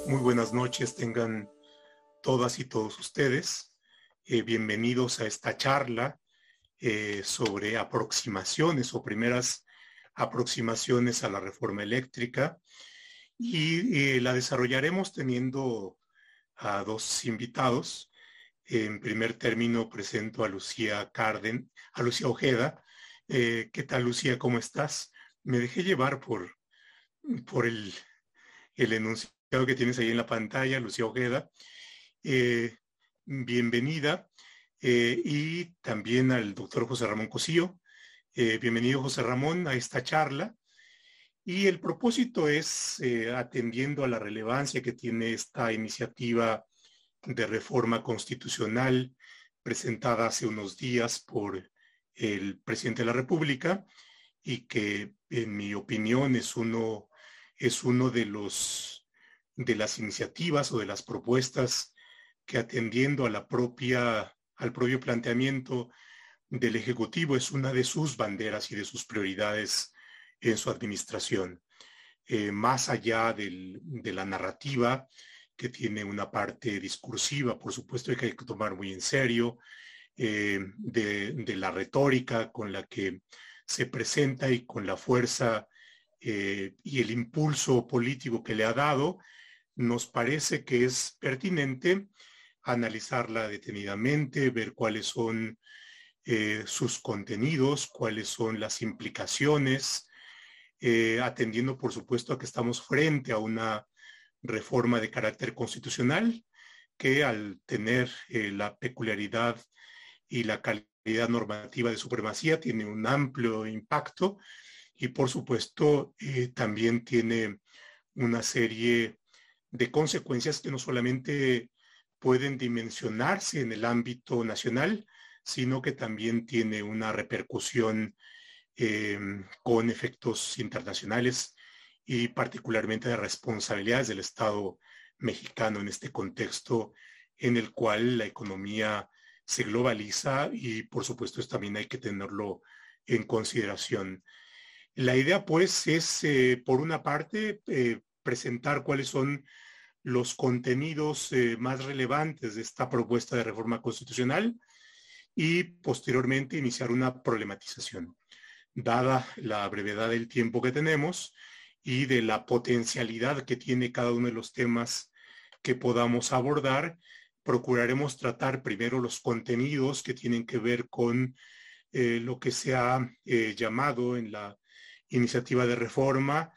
Muy buenas noches tengan todas y todos ustedes. Bienvenidos a esta charla sobre aproximaciones o primeras aproximaciones a la reforma eléctrica y la desarrollaremos teniendo a dos invitados. En primer término presento a a Lucía Ojeda. ¿Qué tal, Lucía? ¿Cómo estás? Me dejé llevar por el enunciado que tienes ahí en la pantalla, Lucía Ojeda. Eh, Bienvenida. Y también al doctor José Ramón Cosío. Bienvenido, José Ramón, a esta charla. Y el propósito es, atendiendo a la relevancia que tiene esta iniciativa de reforma constitucional presentada hace unos días por el presidente de la República y que, en mi opinión, es uno de las iniciativas o de las propuestas que, atendiendo a al propio planteamiento del Ejecutivo, es una de sus banderas y de sus prioridades en su administración. Más allá de la narrativa, que tiene una parte discursiva, por supuesto, que hay que tomar muy en serio, de la retórica con la que se presenta y con la fuerza y el impulso político que le ha dado, nos parece que es pertinente analizarla detenidamente, ver cuáles son sus contenidos, cuáles son las implicaciones, atendiendo, por supuesto, a que estamos frente a una reforma de carácter constitucional que, al tener la peculiaridad y la calidad normativa de supremacía, tiene un amplio impacto y, por supuesto, también tiene una serie de consecuencias que no solamente pueden dimensionarse en el ámbito nacional, sino que también tiene una repercusión con efectos internacionales y particularmente de responsabilidades del Estado mexicano en este contexto en el cual la economía se globaliza y, por supuesto, esto también hay que tenerlo en consideración. La idea, pues, es, por una parte, presentar cuáles son los contenidos más relevantes de esta propuesta de reforma constitucional y, posteriormente, iniciar una problematización. Dada la brevedad del tiempo que tenemos y de la potencialidad que tiene cada uno de los temas que podamos abordar, procuraremos tratar primero los contenidos que tienen que ver con lo que se ha llamado en la iniciativa de reforma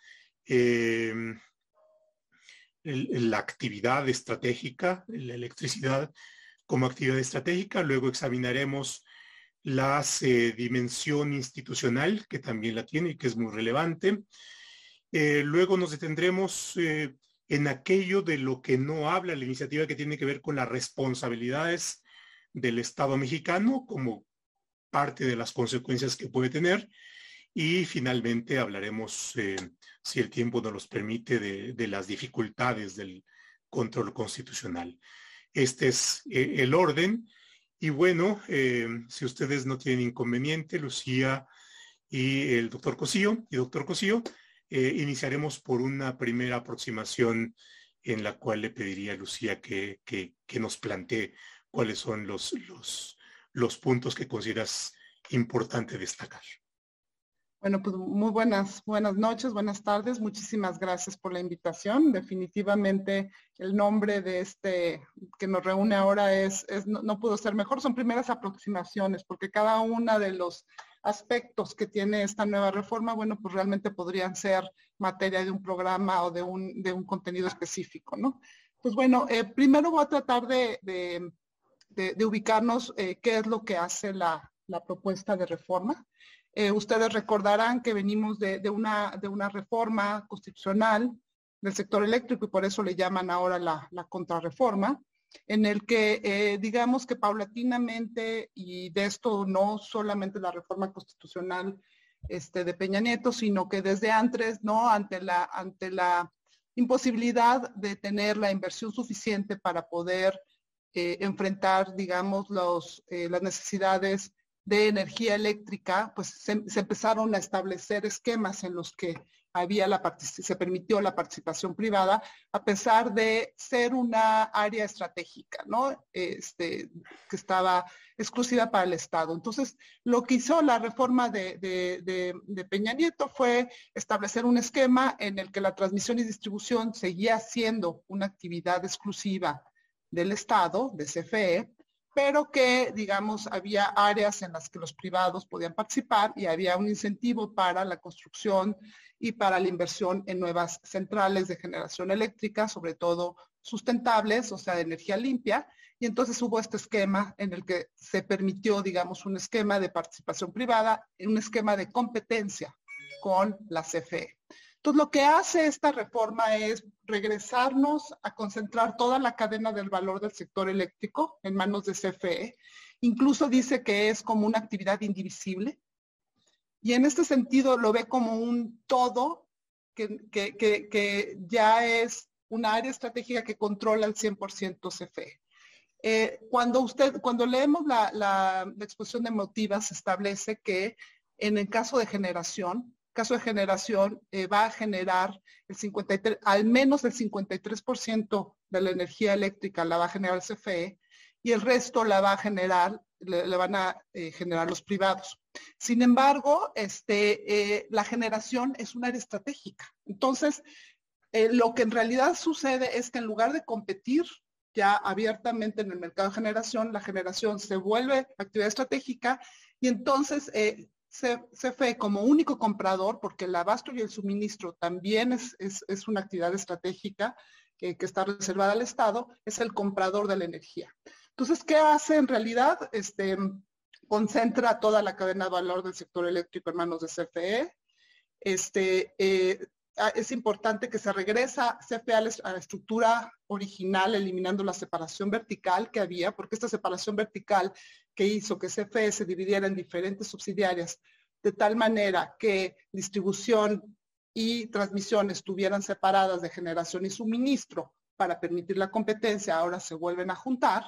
la actividad estratégica, la electricidad como actividad estratégica. Luego examinaremos la dimensión institucional, que también la tiene y que es muy relevante. Luego nos detendremos en aquello de lo que no habla la iniciativa, que tiene que ver con las responsabilidades del Estado mexicano como parte de las consecuencias que puede tener. Y finalmente hablaremos, si el tiempo nos los permite, de las dificultades del control constitucional. Este es el orden. Y bueno, si ustedes no tienen inconveniente, Lucía y el doctor Cosío, iniciaremos por una primera aproximación en la cual le pediría a Lucía que nos plantee cuáles son los puntos que consideras importante destacar. Bueno, pues muy buenas noches, buenas tardes. Muchísimas gracias por la invitación. Definitivamente el nombre de este que nos reúne ahora no pudo ser mejor. Son primeras aproximaciones, porque cada uno de los aspectos que tiene esta nueva reforma, bueno, pues realmente podrían ser materia de un programa o de un contenido específico, ¿no? Pues bueno, primero voy a tratar de ubicarnos qué es lo que hace la propuesta de reforma. Ustedes recordarán que venimos de una reforma constitucional del sector eléctrico y por eso le llaman ahora la contrarreforma, en el que digamos que paulatinamente, y de esto no solamente la reforma constitucional de Peña Nieto, sino que desde antes, ¿no? Ante la imposibilidad de tener la inversión suficiente para poder enfrentar, digamos, las necesidades de energía eléctrica, pues se empezaron a establecer esquemas en los que se permitió la participación privada, a pesar de ser una área estratégica, ¿no? Que estaba exclusiva para el Estado. Entonces, lo que hizo la reforma de Peña Nieto fue establecer un esquema en el que la transmisión y distribución seguía siendo una actividad exclusiva del Estado, de CFE, pero que, digamos, había áreas en las que los privados podían participar y había un incentivo para la construcción y para la inversión en nuevas centrales de generación eléctrica, sobre todo sustentables, o sea, de energía limpia. Y entonces hubo este esquema en el que se permitió, digamos, un esquema de participación privada, un esquema de competencia con la CFE. Entonces, lo que hace esta reforma es regresarnos a concentrar toda la cadena del valor del sector eléctrico en manos de CFE. Incluso dice que es como una actividad indivisible. Y en este sentido lo ve como un todo que ya es una área estratégica que controla al 100% CFE. Cuando leemos la exposición de motivos, se establece que en el caso de generación, va a generar al menos el 53% de la energía eléctrica la va a generar el CFE y el resto la va a generar, le van a generar los privados. Sin embargo, la generación es un área estratégica. Entonces, lo que en realidad sucede es que en lugar de competir ya abiertamente en el mercado de generación, la generación se vuelve actividad estratégica y entonces CFE como único comprador, porque el abasto y el suministro también es una actividad estratégica que está reservada al Estado, es el comprador de la energía. Entonces, ¿qué hace en realidad? Concentra toda la cadena de valor del sector eléctrico en manos de CFE. Es importante que se regresa CFE a la estructura original, eliminando la separación vertical que había, porque esta separación vertical que hizo que CFE se dividiera en diferentes subsidiarias, de tal manera que distribución y transmisión estuvieran separadas de generación y suministro para permitir la competencia, ahora se vuelven a juntar.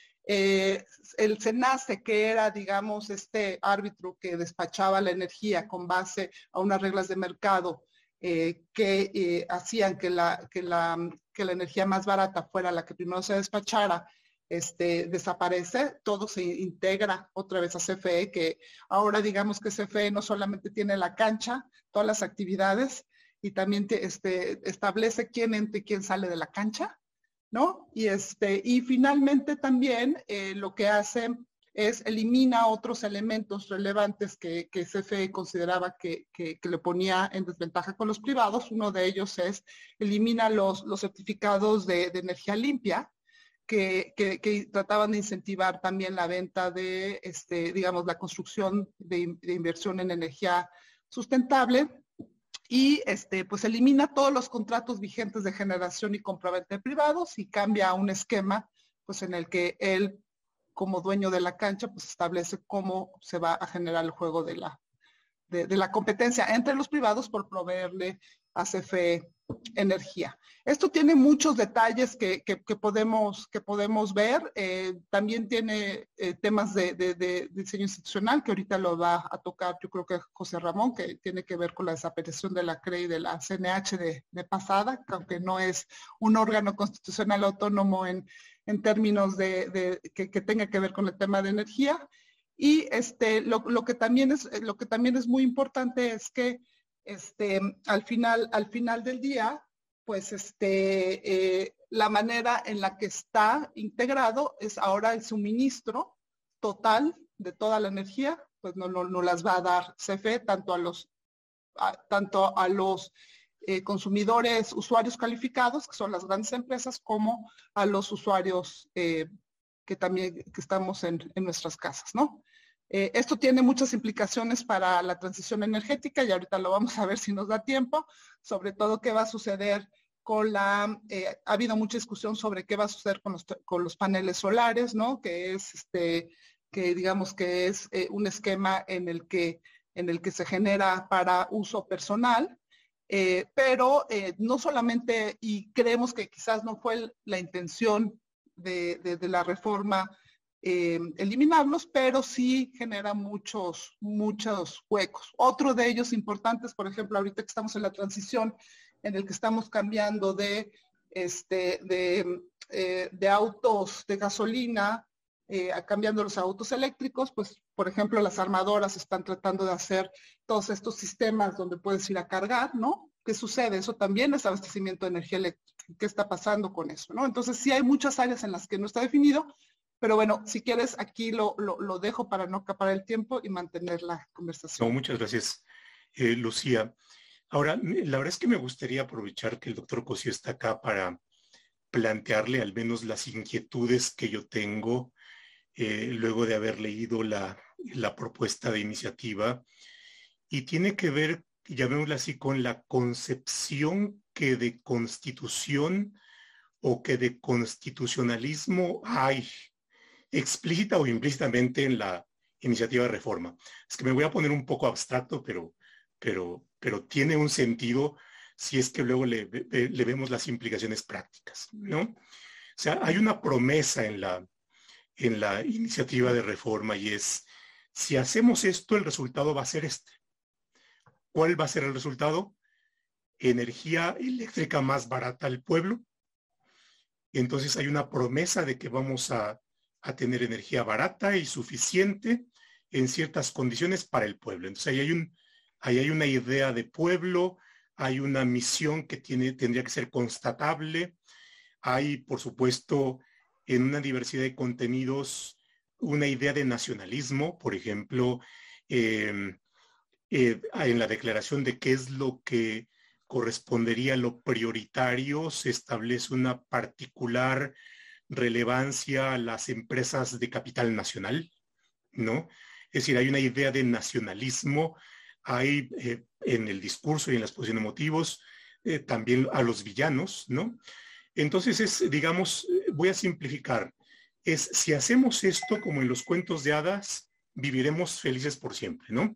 El SENACE, que era, digamos, este árbitro que despachaba la energía con base a unas reglas de mercado que hacían que la energía más barata fuera la que primero se despachara, desaparece, todo se integra otra vez a CFE, que ahora digamos que CFE no solamente tiene la cancha, todas las actividades, y también establece quién entra y quién sale de la cancha, ¿no? Y finalmente también lo que hace es elimina otros elementos relevantes que CFE consideraba que le ponía en desventaja con los privados. Uno de ellos es elimina los certificados de energía limpia, que trataban de incentivar también la venta de, digamos, la construcción de inversión en energía sustentable. Y pues elimina todos los contratos vigentes de generación y compraventa de privados y cambia a un esquema pues en el que él, como dueño de la cancha, pues establece cómo se va a generar el juego de la competencia entre los privados por proveerle a CFE energía. Esto tiene muchos detalles que podemos ver. También tiene temas de diseño institucional que ahorita lo va a tocar, yo creo que José Ramón, que tiene que ver con la desaparición de la CRE y de la CNH de pasada, que aunque no es un órgano constitucional autónomo en términos que tenga que ver con el tema de energía. Y lo que también es muy importante es que al final del día, pues la manera en la que está integrado es ahora el suministro total de toda la energía, pues no las va a dar CFE tanto a los consumidores, usuarios calificados, que son las grandes empresas, como a los usuarios que estamos en nuestras casas, ¿no? Esto tiene muchas implicaciones para la transición energética y ahorita lo vamos a ver si nos da tiempo, sobre todo qué va a suceder ha habido mucha discusión sobre qué va a suceder con los paneles solares, ¿no? Que digamos que es un esquema en el que se genera para uso personal, pero no solamente, y creemos que quizás no fue la intención de la reforma eliminarlos, pero sí genera muchos huecos. Otro de ellos importantes, por ejemplo, ahorita que estamos en la transición, en el que estamos cambiando de autos de gasolina, cambiando los autos eléctricos, pues, por ejemplo, las armadoras están tratando de hacer todos estos sistemas donde puedes ir a cargar, ¿no? ¿Qué sucede? Eso también es abastecimiento de energía eléctrica. ¿Qué está pasando con eso, no? Entonces, sí hay muchas áreas en las que no está definido, pero bueno, si quieres, aquí lo dejo para no acaparar el tiempo y mantener la conversación. No, muchas gracias, Lucía. Ahora, la verdad es que me gustaría aprovechar que el doctor Cosío está acá para plantearle al menos las inquietudes que yo tengo luego de haber leído la propuesta de iniciativa, y tiene que ver, llamémosla así, con la concepción que de constitución o que de constitucionalismo hay explícita o implícitamente en la iniciativa de reforma. Es que me voy a poner un poco abstracto, pero tiene un sentido si es que luego le vemos las implicaciones prácticas, ¿no? O sea, hay una promesa en la iniciativa de reforma, y es, si hacemos esto, el resultado va a ser este. ¿Cuál va a ser el resultado? Energía eléctrica más barata al pueblo. Entonces hay una promesa de que vamos a tener energía barata y suficiente en ciertas condiciones para el pueblo. Entonces ahí hay una idea de pueblo, hay una misión que tendría que ser constatable, hay, por supuesto, en una diversidad de contenidos, una idea de nacionalismo, por ejemplo, en la declaración de qué es lo que correspondería a lo prioritario, se establece una particular relevancia a las empresas de capital nacional, ¿no? Es decir, hay una idea de nacionalismo, hay en el discurso y en la exposición de motivos también a los villanos, ¿no? Entonces digamos, voy a simplificar, si hacemos esto como en los cuentos de hadas, viviremos felices por siempre, ¿no?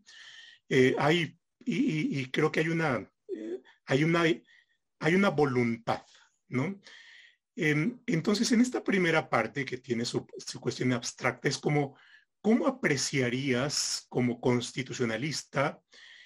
Y creo que hay una voluntad, ¿no? Entonces, en esta primera parte que tiene su cuestión abstracta, es como, ¿cómo apreciarías como constitucionalista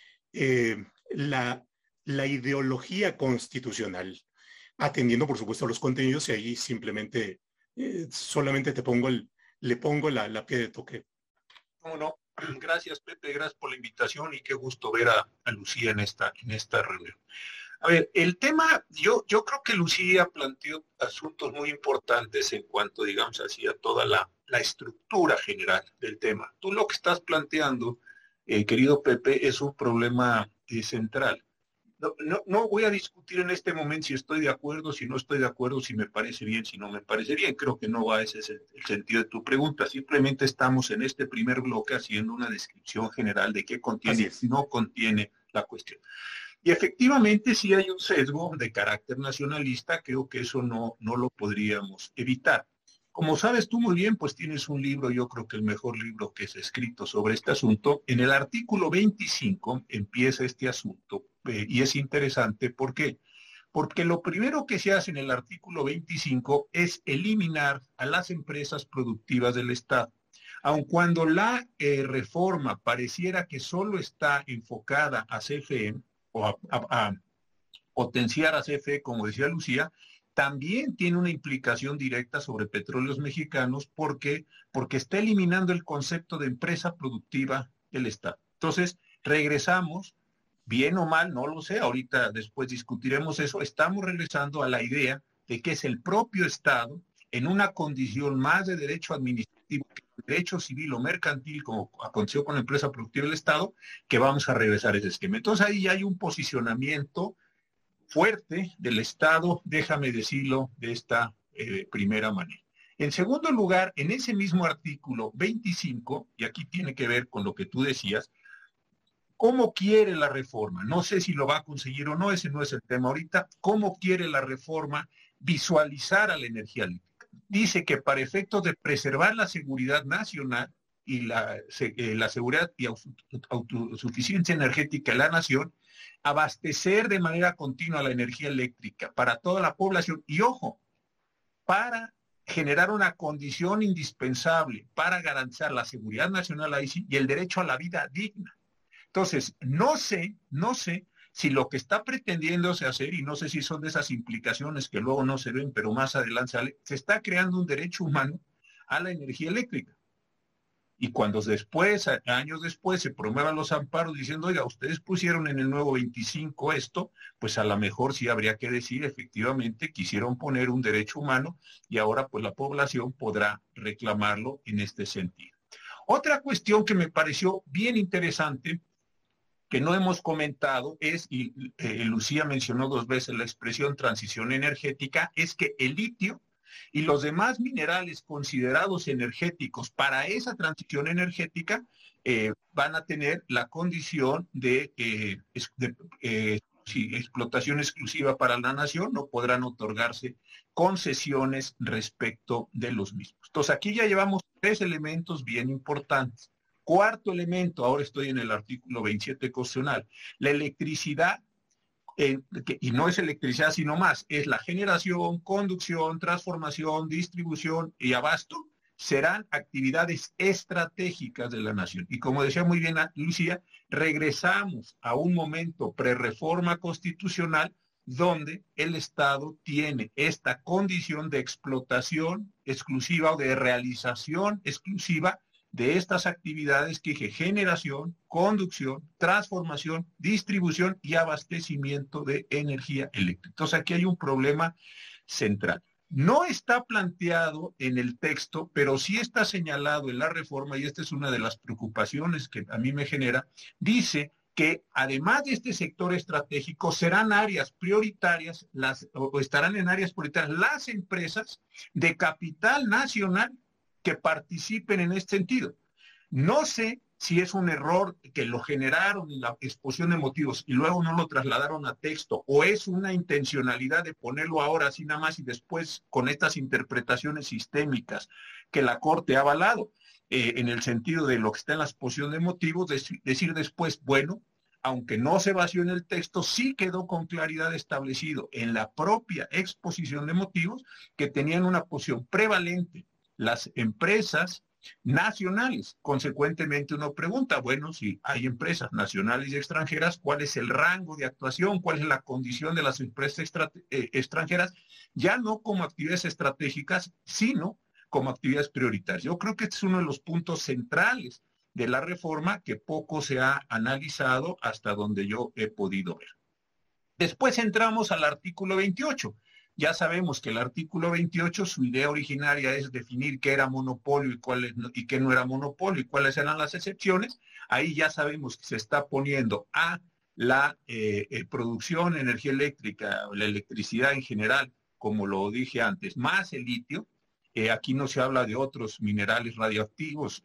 la ideología constitucional? Atendiendo, por supuesto, a los contenidos, y ahí simplemente solamente le pongo la pie de toque. ¿Cómo no? Gracias, Pepe, gracias por la invitación y qué gusto ver a Lucía en esta reunión. A ver, el tema, yo creo que Lucía planteó asuntos muy importantes en cuanto, digamos así, a toda la estructura general del tema. Tú lo que estás planteando, querido Pepe, es un problema central. No voy a discutir en este momento si estoy de acuerdo, si no estoy de acuerdo, si me parece bien, si no me parece bien. Creo que no va ese es el sentido de tu pregunta. Simplemente estamos en este primer bloque haciendo una descripción general de qué contiene y no contiene la cuestión. Y efectivamente sí hay un sesgo de carácter nacionalista, creo que eso no lo podríamos evitar. Como sabes tú muy bien, pues tienes un libro, yo creo que el mejor libro que es escrito sobre este asunto. En el artículo 25 empieza este asunto y es interesante. ¿Por qué? Porque lo primero que se hace en el artículo 25 es eliminar a las empresas productivas del Estado. Aun cuando la reforma pareciera que solo está enfocada a CFE, o a potenciar a CFE, como decía Lucía, también tiene una implicación directa sobre Petróleos Mexicanos porque está eliminando el concepto de empresa productiva del Estado. Entonces, regresamos, bien o mal, no lo sé, ahorita después discutiremos eso, estamos regresando a la idea de que es el propio Estado, en una condición más de derecho administrativo que derecho civil o mercantil, como aconteció con la empresa productiva del Estado, que vamos a regresar a ese esquema. Entonces ahí hay un posicionamiento fuerte del Estado, déjame decirlo de esta primera manera. En segundo lugar, en ese mismo artículo 25, y aquí tiene que ver con lo que tú decías, ¿cómo quiere la reforma? No sé si lo va a conseguir o no, ese no es el tema ahorita. ¿Cómo quiere la reforma visualizar a la energía eléctrica? Dice que para efectos de preservar la seguridad nacional y la seguridad y autosuficiencia energética de la nación, abastecer de manera continua la energía eléctrica para toda la población y, ojo, para generar una condición indispensable para garantizar la seguridad nacional ahí sí, y el derecho a la vida digna. Entonces, no sé si lo que está pretendiéndose hacer, y no sé si son de esas implicaciones que luego no se ven, pero más adelante sale, se está creando un derecho humano a la energía eléctrica. Y cuando después, años después, se promuevan los amparos diciendo, oiga, ustedes pusieron en el nuevo 25 esto, pues a lo mejor sí habría que decir, efectivamente, quisieron poner un derecho humano y ahora pues la población podrá reclamarlo en este sentido. Otra cuestión que me pareció bien interesante, que no hemos comentado, es, y Lucía mencionó 2 veces la expresión transición energética, es que el litio y los demás minerales considerados energéticos para esa transición energética van a tener la condición de explotación exclusiva para la nación, no podrán otorgarse concesiones respecto de los mismos. Entonces aquí ya llevamos 3 elementos bien importantes. Cuarto elemento, ahora estoy en el artículo 27 constitucional, la electricidad, y no es electricidad sino más, es la generación, conducción, transformación, distribución y abasto, serán actividades estratégicas de la nación. Y como decía muy bien Lucía, regresamos a un momento prerreforma constitucional donde el Estado tiene esta condición de explotación exclusiva o de realización exclusiva de estas actividades que generación, conducción, transformación, distribución y abastecimiento de energía eléctrica. Entonces aquí hay un problema central. No está planteado en el texto, pero sí está señalado en la reforma, y esta es una de las preocupaciones que a mí me genera, dice que además de este sector estratégico serán áreas prioritarias, o estarán en áreas prioritarias las empresas de capital nacional que participen en este sentido. No sé si es un error que lo generaron en la exposición de motivos y luego no lo trasladaron a texto, o es una intencionalidad de ponerlo ahora así nada más y después con estas interpretaciones sistémicas que la Corte ha avalado, en el sentido de lo que está en la exposición de motivos, decir después, bueno, aunque no se vació en el texto, sí quedó con claridad establecido en la propia exposición de motivos que tenían una posición prevalente las empresas nacionales. Consecuentemente uno pregunta, bueno, si hay empresas nacionales y extranjeras, ¿cuál es el rango de actuación? ¿Cuál es la condición de las empresas extranjeras? Ya no como actividades estratégicas, sino como actividades prioritarias. Yo creo que este es uno de los puntos centrales de la reforma que poco se ha analizado hasta donde yo he podido ver. Después entramos al artículo 28. Ya sabemos que el artículo 28, su idea originaria es definir qué era monopolio y qué no era monopolio y cuáles eran las excepciones. Ahí ya sabemos que se está poniendo a la producción de energía eléctrica, la electricidad en general, como lo dije antes, más el litio. Aquí no se habla de otros minerales radioactivos,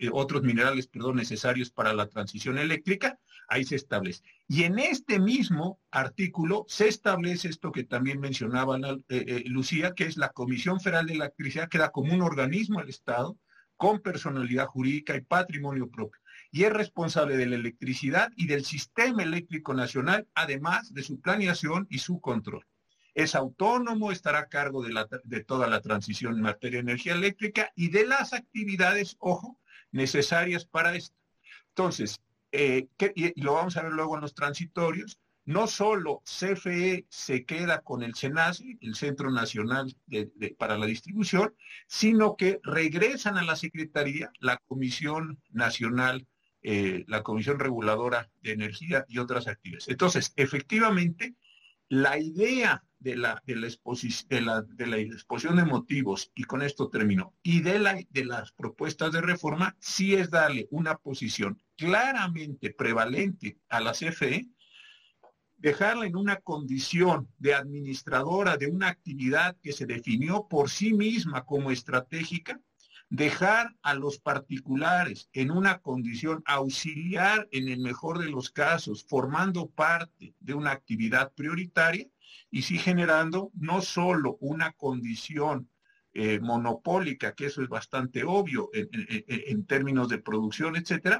necesarios para la transición eléctrica, ahí se establece. Y en este mismo artículo se establece esto que también mencionaba Lucía, que es la Comisión Federal de Electricidad, que da como un organismo al Estado, con personalidad jurídica y patrimonio propio. Y es responsable de la electricidad y del sistema eléctrico nacional, además de su planeación y su control. Es autónomo, estará a cargo de toda la transición en materia de energía eléctrica y de las actividades, ojo, necesarias para esto. Entonces, y lo vamos a ver luego en los transitorios, no solo CFE se queda con el CENACI, el Centro Nacional para la Distribución, sino que regresan a la Secretaría la Comisión Nacional, la Comisión Reguladora de Energía y otras actividades. Entonces, efectivamente, la idea de la exposición de motivos, y con esto termino, y de las propuestas de reforma, sí es darle una posición claramente prevalente a la CFE, dejarla en una condición de administradora de una actividad que se definió por sí misma como estratégica, dejar a los particulares en una condición auxiliar en el mejor de los casos, formando parte de una actividad prioritaria y sí generando no solo una condición monopólica, que eso es bastante obvio en términos de producción, etcétera,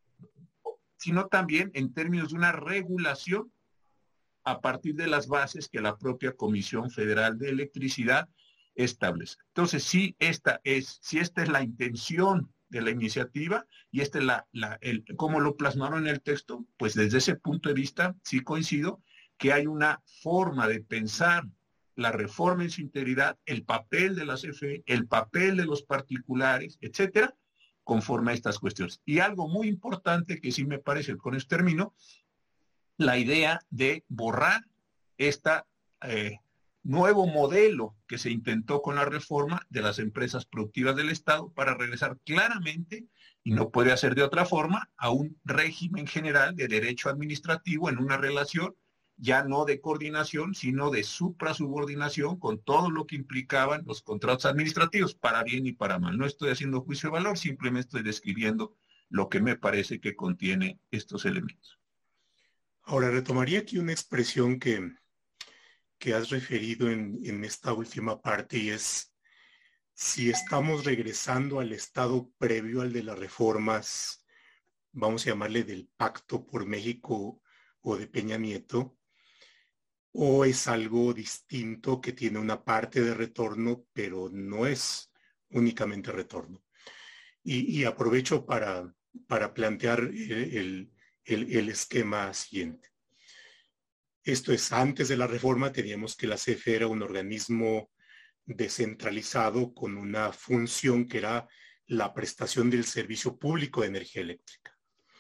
sino también en términos de una regulación a partir de las bases que la propia Comisión Federal de Electricidad establece. Entonces, si esta es la intención de la iniciativa y esta es cómo lo plasmaron en el texto, pues desde ese punto de vista sí coincido que hay una forma de pensar la reforma en su integridad, el papel de la CFE, el papel de los particulares, etcétera, conforme a estas cuestiones. Y algo muy importante que sí me parece, con este término, la idea de borrar esta nuevo modelo que se intentó con la reforma de las empresas productivas del Estado para regresar claramente, y no puede hacer de otra forma, a un régimen general de derecho administrativo en una relación ya no de coordinación, sino de suprasubordinación con todo lo que implicaban los contratos administrativos, para bien y para mal. No estoy haciendo juicio de valor, simplemente estoy describiendo lo que me parece que contiene estos elementos. Ahora, retomaría aquí una expresión que has referido en esta última parte, y es si estamos regresando al estado previo al de las reformas, vamos a llamarle del Pacto por México o de Peña Nieto, o es algo distinto que tiene una parte de retorno, pero no es únicamente retorno. Y aprovecho para plantear el esquema siguiente. Esto es, antes de la reforma teníamos que la CFE era un organismo descentralizado con una función que era la prestación del servicio público de energía eléctrica.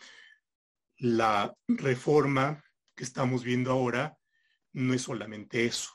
La reforma que estamos viendo ahora no es solamente eso,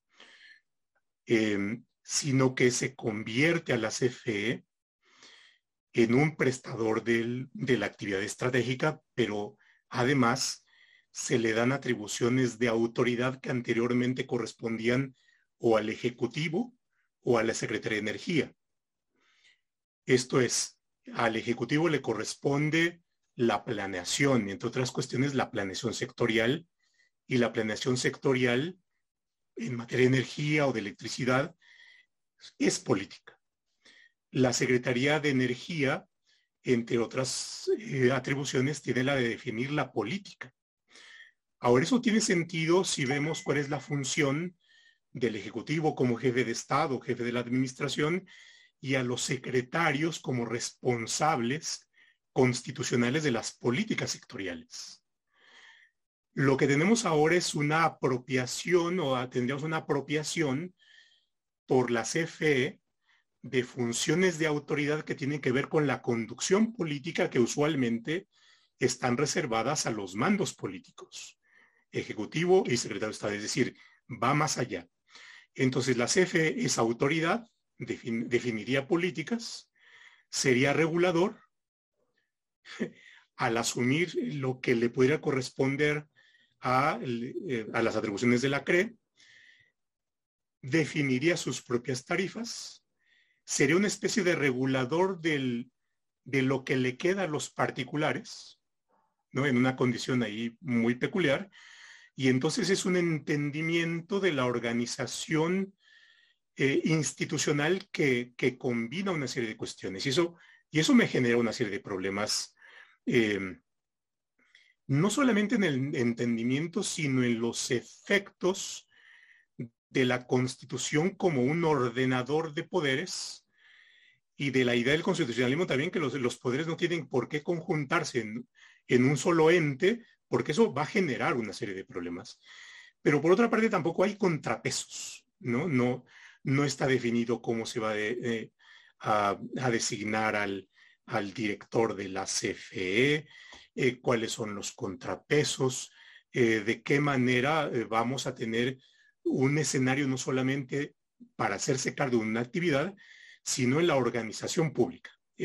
sino que se convierte a la CFE en un prestador de la actividad estratégica, pero además se le dan atribuciones de autoridad que anteriormente correspondían o al Ejecutivo o a la Secretaría de Energía. Esto es, al Ejecutivo le corresponde la planeación, entre otras cuestiones, la planeación sectorial, y la planeación sectorial en materia de energía o de electricidad es política. La Secretaría de Energía, entre otras atribuciones, tiene la de definir la política. Ahora, eso tiene sentido si vemos cuál es la función del Ejecutivo como jefe de Estado, jefe de la administración, y a los secretarios como responsables constitucionales de las políticas sectoriales. Lo que tenemos ahora es una apropiación, o tendríamos una apropiación por la CFE de funciones de autoridad que tienen que ver con la conducción política, que usualmente están reservadas a los mandos políticos, Ejecutivo y Secretario de Estado, es decir, va más allá. Entonces la CFE es autoridad, definiría políticas, sería regulador al asumir lo que le pudiera corresponder a las atribuciones de la CRE, definiría sus propias tarifas, sería una especie de regulador de lo que le queda a los particulares, ¿no? En una condición ahí muy peculiar, y entonces es un entendimiento de la organización institucional que combina una serie de cuestiones, y eso me genera una serie de problemas, no solamente en el entendimiento, sino en los efectos de la Constitución como un ordenador de poderes, y de la idea del constitucionalismo también, que los poderes no tienen por qué conjuntarse en un solo ente, porque eso va a generar una serie de problemas. Pero por otra parte tampoco hay contrapesos, ¿no? No está definido cómo se va a designar al director de la CFE, cuáles son los contrapesos, de qué manera vamos a tener un escenario no solamente para hacerse cargo de una actividad, sino en la organización pública.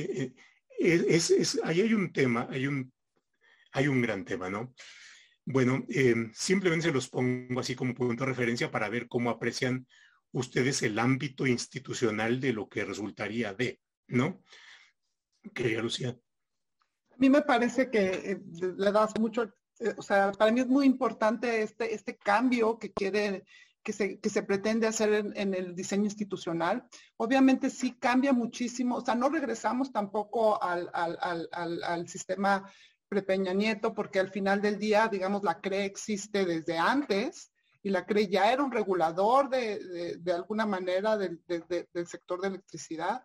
Ahí hay un tema, hay un gran tema, ¿no? Bueno, simplemente se los pongo así como punto de referencia para ver cómo aprecian ustedes el ámbito institucional de lo que resultaría de, ¿no? Querida Lucía. A mí me parece que le das mucho, o sea, para mí es muy importante este cambio que se pretende hacer en el diseño institucional. Obviamente sí cambia muchísimo, o sea, no regresamos tampoco al sistema pre-Peña Nieto, porque al final del día, digamos, la CRE existe desde antes, y la CRE ya era un regulador de alguna manera del sector de electricidad.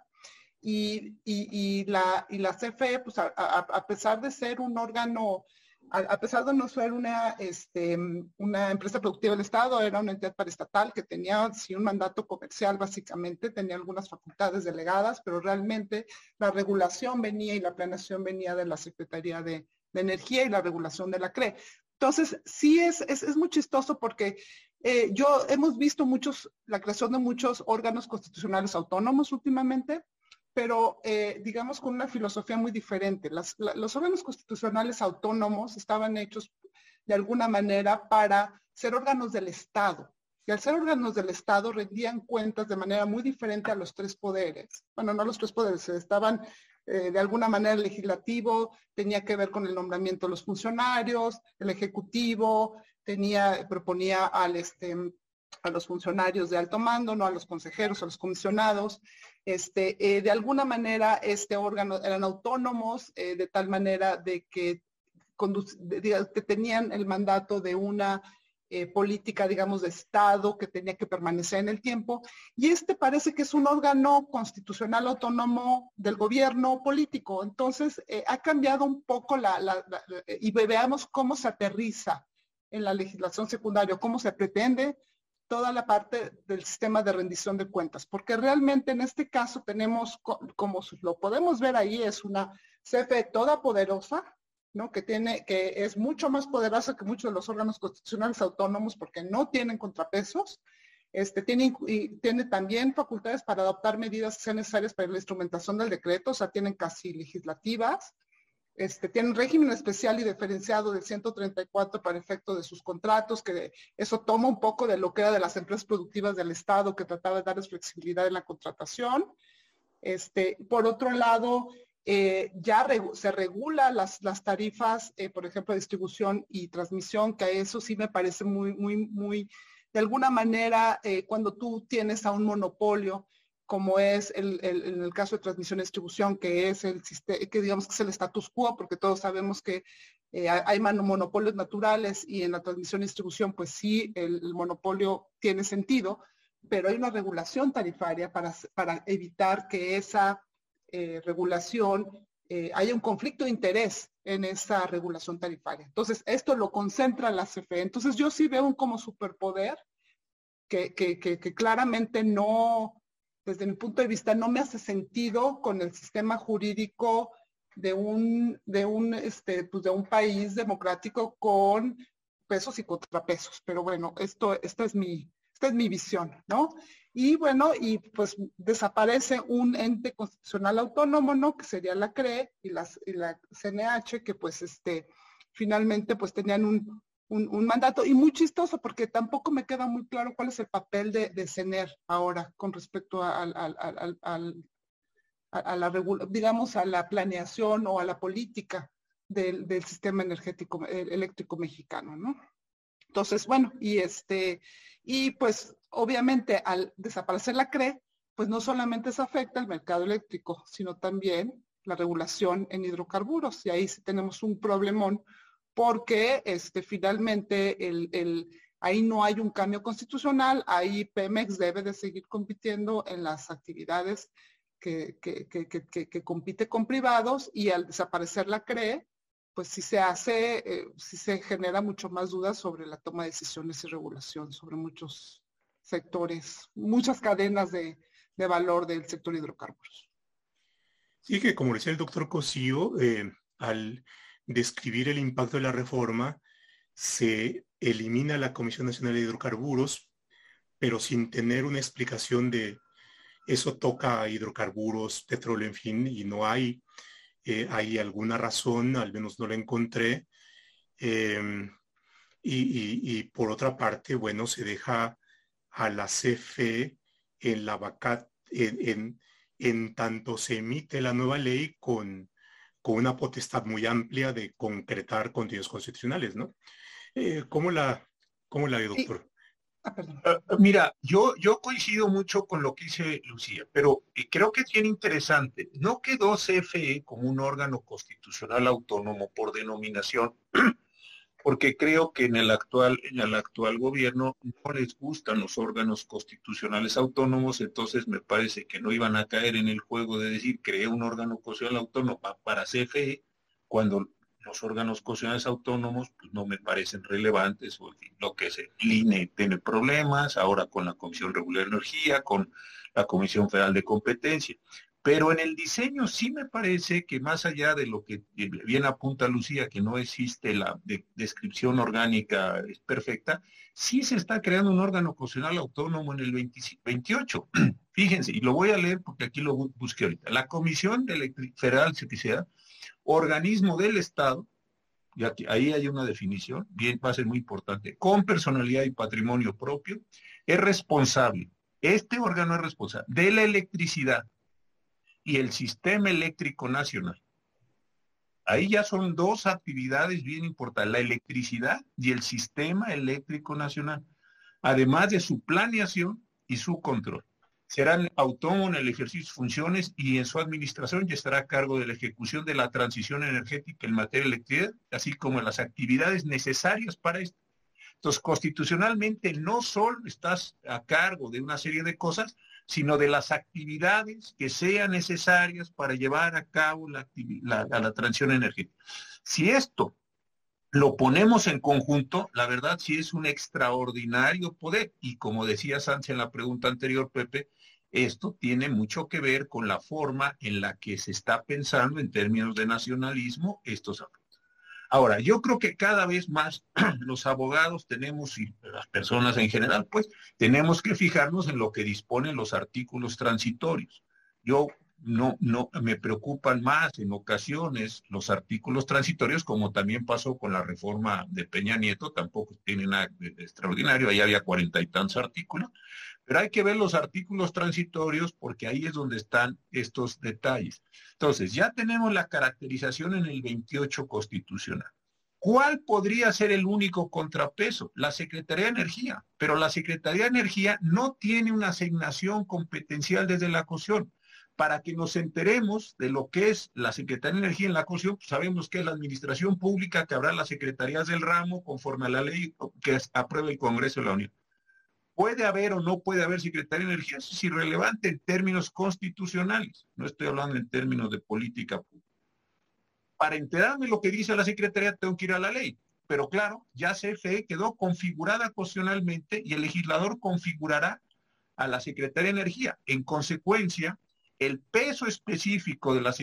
Y la CFE, pues a pesar de ser un órgano, a pesar de no ser una empresa productiva del Estado, era una entidad paraestatal que tenía sí un mandato comercial básicamente, tenía algunas facultades delegadas, pero realmente la regulación venía y la planeación venía de la Secretaría de Energía y la regulación de la CRE. Entonces, sí es muy chistoso porque hemos visto la creación de muchos órganos constitucionales autónomos últimamente, pero digamos con una filosofía muy diferente. Los órganos constitucionales autónomos estaban hechos de alguna manera para ser órganos del Estado. Y al ser órganos del Estado rendían cuentas de manera muy diferente a los tres poderes. Bueno, no los tres poderes, estaban de alguna manera el legislativo, tenía que ver con el nombramiento de los funcionarios, el ejecutivo proponía a los funcionarios de alto mando, no a los consejeros, a los comisionados. De alguna manera, este órgano eran autónomos, de tal manera de que tenían el mandato de una política, digamos, de Estado que tenía que permanecer en el tiempo. Y parece que es un órgano constitucional autónomo del gobierno político. Entonces, ha cambiado un poco y veamos cómo se aterriza en la legislación secundaria, cómo se pretende toda la parte del sistema de rendición de cuentas, porque realmente en este caso tenemos, como lo podemos ver ahí, es una CFE todopoderosa, ¿no? Que es mucho más poderosa que muchos de los órganos constitucionales autónomos porque no tienen contrapesos. Tiene también facultades para adoptar medidas que sean necesarias para la instrumentación del decreto, o sea, tienen casi legislativas. Tienen régimen especial y diferenciado del 134 para efecto de sus contratos, que eso toma un poco de lo que era de las empresas productivas del Estado, que trataba de darles flexibilidad en la contratación. Por otro lado, se regula las tarifas, por ejemplo, de distribución y transmisión, que eso sí me parece muy, de alguna manera, cuando tú tienes a un monopolio, como es en el caso de transmisión y distribución, que es que digamos que es el status quo, porque todos sabemos que hay monopolios naturales y en la transmisión y distribución, pues sí, el monopolio tiene sentido, pero hay una regulación tarifaria para evitar que esa regulación haya un conflicto de interés en esa regulación tarifaria. Entonces, esto lo concentra la CFE. Entonces, yo sí veo como superpoder que claramente no, desde mi punto de vista, no me hace sentido con el sistema jurídico de un país democrático con pesos y contrapesos. Pero bueno, esta es mi visión, ¿no? Y bueno, y pues desaparece un ente constitucional autónomo, ¿no? Que sería la CRE y la CNH, que pues finalmente pues tenían un mandato, y muy chistoso porque tampoco me queda muy claro cuál es el papel de CENER ahora con respecto a la planeación o a la política del sistema energético eléctrico mexicano, ¿no? Entonces, bueno, y pues obviamente al desaparecer la CRE, pues no solamente se afecta al mercado eléctrico, sino también la regulación en hidrocarburos, y ahí sí tenemos un problemón porque finalmente ahí no hay un cambio constitucional, ahí Pemex debe de seguir compitiendo en las actividades que compite con privados, y al desaparecer la CRE, pues sí se genera mucho más dudas sobre la toma de decisiones y regulación sobre muchos sectores, muchas cadenas de valor del sector hidrocarburos. Sí, que como decía el doctor Cosío, al describir el impacto de la reforma, se elimina la Comisión Nacional de Hidrocarburos, pero sin tener una explicación de eso toca a hidrocarburos, petróleo, en fin, y no hay alguna razón, al menos no la encontré. Y por otra parte, bueno, se deja a la CFE en la vacante, en tanto se emite la nueva ley con una potestad muy amplia de concretar contenidos constitucionales, ¿no? ¿Cómo la ve, doctor? Mira, yo coincido mucho con lo que dice Lucía, pero creo que es bien interesante. No quedó CFE como un órgano constitucional autónomo por denominación, porque creo que en el actual gobierno no les gustan los órganos constitucionales autónomos, entonces me parece que no iban a caer en el juego de decir creé un órgano constitucional autónomo para CFE, cuando los órganos constitucionales autónomos pues, no me parecen relevantes, o lo que es el INE tiene problemas, ahora con la Comisión Regular de Energía, con la Comisión Federal de Competencia. Pero en el diseño sí me parece que más allá de lo que bien apunta Lucía, que no existe la descripción orgánica perfecta, sí se está creando un órgano constitucional autónomo en el 28. Fíjense, y lo voy a leer porque aquí lo busqué ahorita. La Comisión Federal de Electricidad, organismo del Estado, ya que ahí hay una definición, bien, va a ser muy importante, con personalidad y patrimonio propio, es responsable, este órgano es responsable de la electricidad y el sistema eléctrico nacional. Ahí ya son dos actividades bien importantes, la electricidad y el sistema eléctrico nacional, además de su planeación y su control. Serán autónomos en el ejercicio de sus funciones y en su administración y estará a cargo de la ejecución de la transición energética en materia de electricidad, así como de las actividades necesarias para esto. Entonces, constitucionalmente no solo estás a cargo de una serie de cosas, sino de las actividades que sean necesarias para llevar a cabo la transición energética. Si esto lo ponemos en conjunto, la verdad sí es un extraordinario poder. Y como decía Sánchez en la pregunta anterior, Pepe, esto tiene mucho que ver con la forma en la que se está pensando en términos de nacionalismo estos asuntos. Ahora, yo creo que cada vez más los abogados tenemos, y las personas en general, pues, tenemos que fijarnos en lo que disponen los artículos transitorios. Yo no me preocupan más en ocasiones los artículos transitorios, como también pasó con la reforma de Peña Nieto, tampoco tiene nada de extraordinario, ahí había 40 y tantos artículos, pero hay que ver los artículos transitorios porque ahí es donde están estos detalles. Entonces, ya tenemos la caracterización en el 28 constitucional. ¿Cuál podría ser el único contrapeso? La Secretaría de Energía, pero la Secretaría de Energía no tiene una asignación competencial desde la Constitución. Para que nos enteremos de lo que es la Secretaría de Energía en la Constitución, pues sabemos que es la administración pública, que habrá las secretarías del ramo conforme a la ley que apruebe el Congreso de la Unión. ¿Puede haber o no puede haber Secretaría de Energía? Eso es irrelevante en términos constitucionales. No estoy hablando en términos de política pública. Para enterarme de lo que dice la Secretaría, tengo que ir a la ley. Pero claro, ya CFE quedó configurada constitucionalmente y el legislador configurará a la Secretaría de Energía. En consecuencia, el peso específico de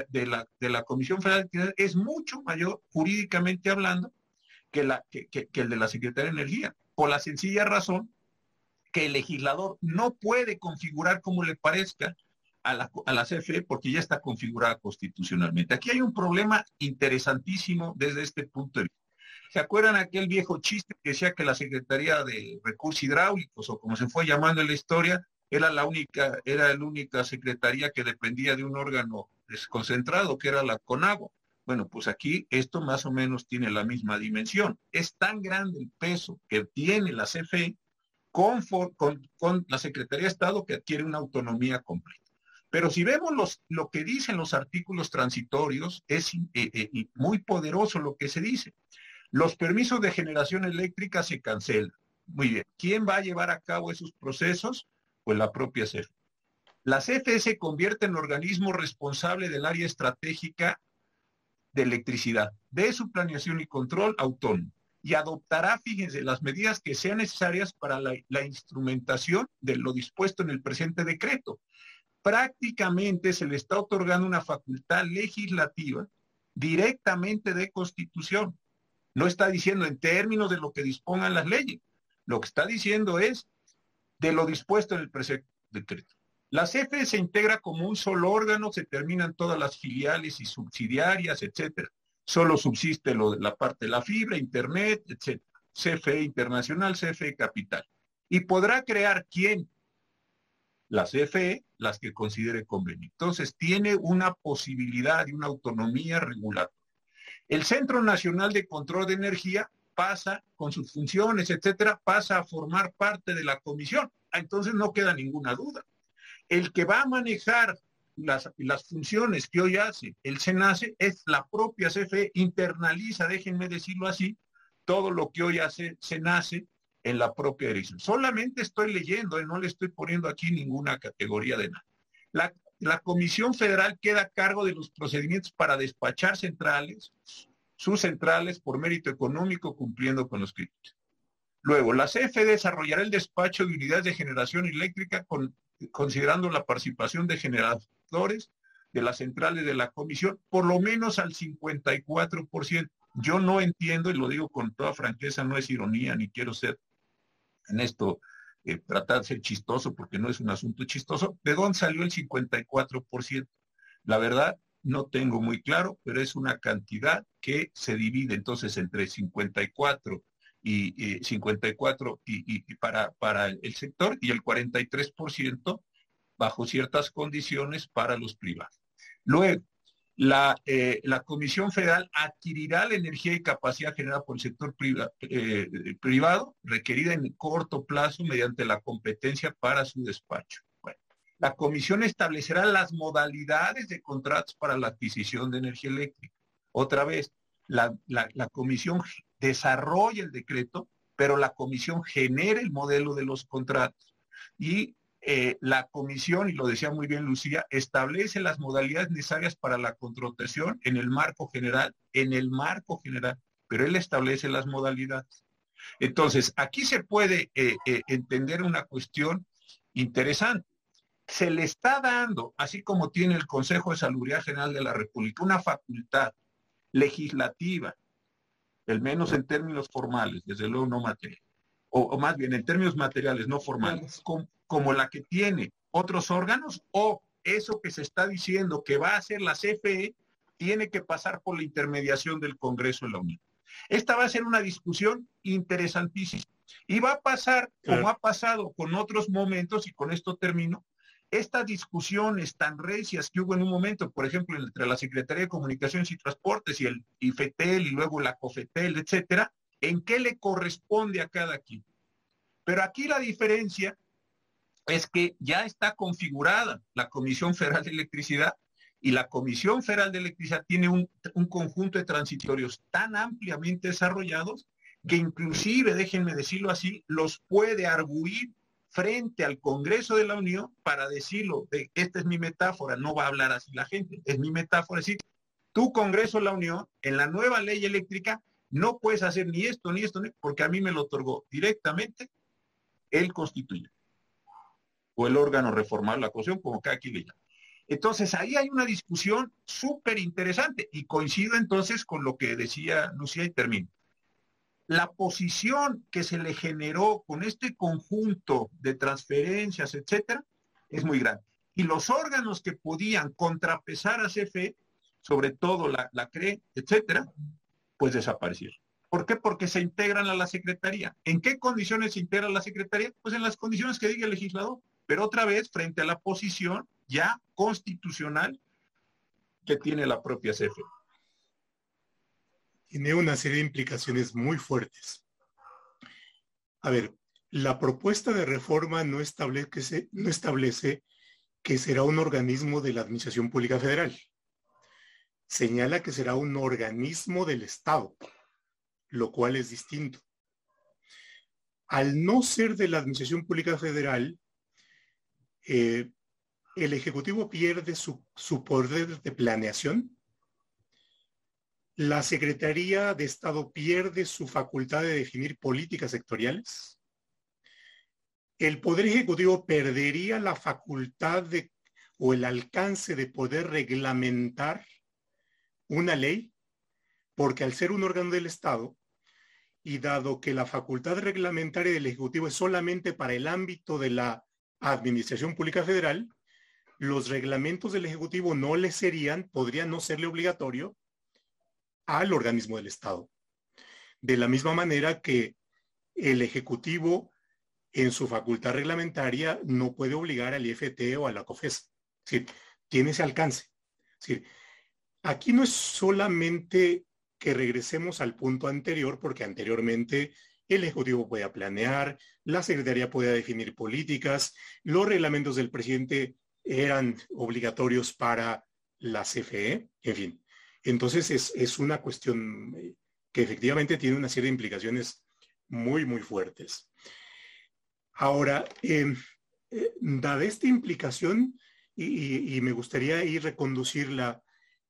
la Comisión Federal de Electricidad es mucho mayor, jurídicamente hablando, que el de la Secretaría de Energía. Por la sencilla razón que el legislador no puede configurar como le parezca a la CFE porque ya está configurada constitucionalmente. Aquí hay un problema interesantísimo desde este punto de vista. ¿Se acuerdan aquel viejo chiste que decía que la Secretaría de Recursos Hidráulicos, o como se fue llamando en la historia, era la única secretaría que dependía de un órgano desconcentrado, que era la CONAGUA? Bueno, pues aquí esto más o menos tiene la misma dimensión. Es tan grande el peso que tiene la CFE con la Secretaría de Estado, que adquiere una autonomía completa. Pero si vemos lo que dicen los artículos transitorios, es muy poderoso lo que se dice. Los permisos de generación eléctrica se cancelan. Muy bien. ¿Quién va a llevar a cabo esos procesos? Pues la propia CFE. La CFE se convierte en organismo responsable del área estratégica de electricidad, de su planeación y control autónomo, y adoptará, fíjense, las medidas que sean necesarias para la instrumentación de lo dispuesto en el presente decreto. Prácticamente se le está otorgando una facultad legislativa directamente de Constitución. No está diciendo en términos de lo que dispongan las leyes. Lo que está diciendo es de lo dispuesto en el presente decreto. La CFE se integra como un solo órgano, se terminan todas las filiales y subsidiarias, etcétera. Solo subsiste la parte de la fibra, internet, etcétera. CFE Internacional, CFE Capital. Y podrá crear ¿quién? La CFE, las que considere conveniente. Entonces, tiene una posibilidad y una autonomía regulatoria. El Centro Nacional de Control de Energía pasa, con sus funciones, etcétera, pasa a formar parte de la comisión. Entonces, no queda ninguna duda. El que va a manejar las funciones que hoy hace el SENACE es la propia CFE, internaliza, déjenme decirlo así, todo lo que hoy hace se nace en la propia dirección. Solamente estoy leyendo, no le estoy poniendo aquí ninguna categoría de nada. La Comisión Federal queda a cargo de los procedimientos para despachar centrales, sus centrales por mérito económico cumpliendo con los criterios. Luego, la CFE desarrollará el despacho de unidades de generación eléctrica considerando la participación de generadores de las centrales de la comisión, por lo menos al 54%. Yo no entiendo, y lo digo con toda franqueza, no es ironía, ni quiero ser en esto, tratar de ser chistoso, porque no es un asunto chistoso, ¿de dónde salió el 54%? La verdad, no tengo muy claro, pero es una cantidad que se divide entonces entre 54 y para el sector y el 43% bajo ciertas condiciones para los privados. Luego, la Comisión Federal adquirirá la energía y capacidad generada por el sector privado requerida en corto plazo mediante la competencia para su despacho. Bueno, la Comisión establecerá las modalidades de contratos para la adquisición de energía eléctrica. Otra vez, la Comisión desarrolla el decreto, pero la Comisión genera el modelo de los contratos. Y la comisión, y lo decía muy bien Lucía, establece las modalidades necesarias para la contratación en el marco general, pero él establece las modalidades. Entonces, aquí se puede entender una cuestión interesante. Se le está dando, así como tiene el Consejo de Salubridad General de la República, una facultad legislativa, al menos en términos formales, desde luego no materiales, o más bien en términos materiales, no formales, como la que tiene otros órganos, o eso que se está diciendo que va a hacer la CFE tiene que pasar por la intermediación del Congreso de la Unión. Esta va a ser una discusión interesantísima y va a pasar, como ha pasado con otros momentos, y con esto termino, estas discusiones tan recias que hubo en un momento, por ejemplo, entre la Secretaría de Comunicaciones y Transportes y el IFETEL y luego la COFETEL, etcétera, en qué le corresponde a cada quien. Pero aquí la diferencia es que ya está configurada la Comisión Federal de Electricidad y la Comisión Federal de Electricidad tiene un conjunto de transitorios tan ampliamente desarrollados que inclusive, déjenme decirlo así, los puede arguir frente al Congreso de la Unión para decirlo, esta es mi metáfora, no va a hablar así la gente, es mi metáfora, es decir, tu Congreso de la Unión, en la nueva ley eléctrica, no puedes hacer ni esto, porque a mí me lo otorgó directamente el constituyente o el órgano reformado de la Constitución, como cada quien le llama. Entonces, ahí hay una discusión súper interesante y coincido entonces con lo que decía Lucía y termino. La posición que se le generó con este conjunto de transferencias, etcétera, es muy grande. Y los órganos que podían contrapesar a CFE, sobre todo la CRE, etcétera, pues desaparecieron. ¿Por qué? Porque se integran a la Secretaría. ¿En qué condiciones se integra la Secretaría? Pues en las condiciones que diga el legislador, pero otra vez frente a la posición ya constitucional que tiene la propia CFE. Tiene una serie de implicaciones muy fuertes. A ver, la propuesta de reforma no establece que será un organismo de la Administración Pública Federal. Señala que será un organismo del Estado, lo cual es distinto. Al no ser de la Administración Pública Federal, el Ejecutivo pierde su poder de planeación. La Secretaría de Estado pierde su facultad de definir políticas sectoriales. El Poder Ejecutivo perdería la facultad o el alcance de poder reglamentar una ley, porque al ser un órgano del Estado, y dado que la facultad reglamentaria del Ejecutivo es solamente para el ámbito de la Administración Pública Federal, los reglamentos del Ejecutivo podrían no serle obligatorio al organismo del Estado. De la misma manera que el Ejecutivo en su facultad reglamentaria no puede obligar al IFT o a la COFES. Es decir, tiene ese alcance. Es decir, aquí no es solamente que regresemos al punto anterior, porque anteriormente el Ejecutivo podía planear, la Secretaría podía definir políticas, los reglamentos del presidente eran obligatorios para la CFE, en fin. Entonces es una cuestión que efectivamente tiene una serie de implicaciones muy, muy fuertes. Ahora, dada esta implicación, y me gustaría ir reconducirla,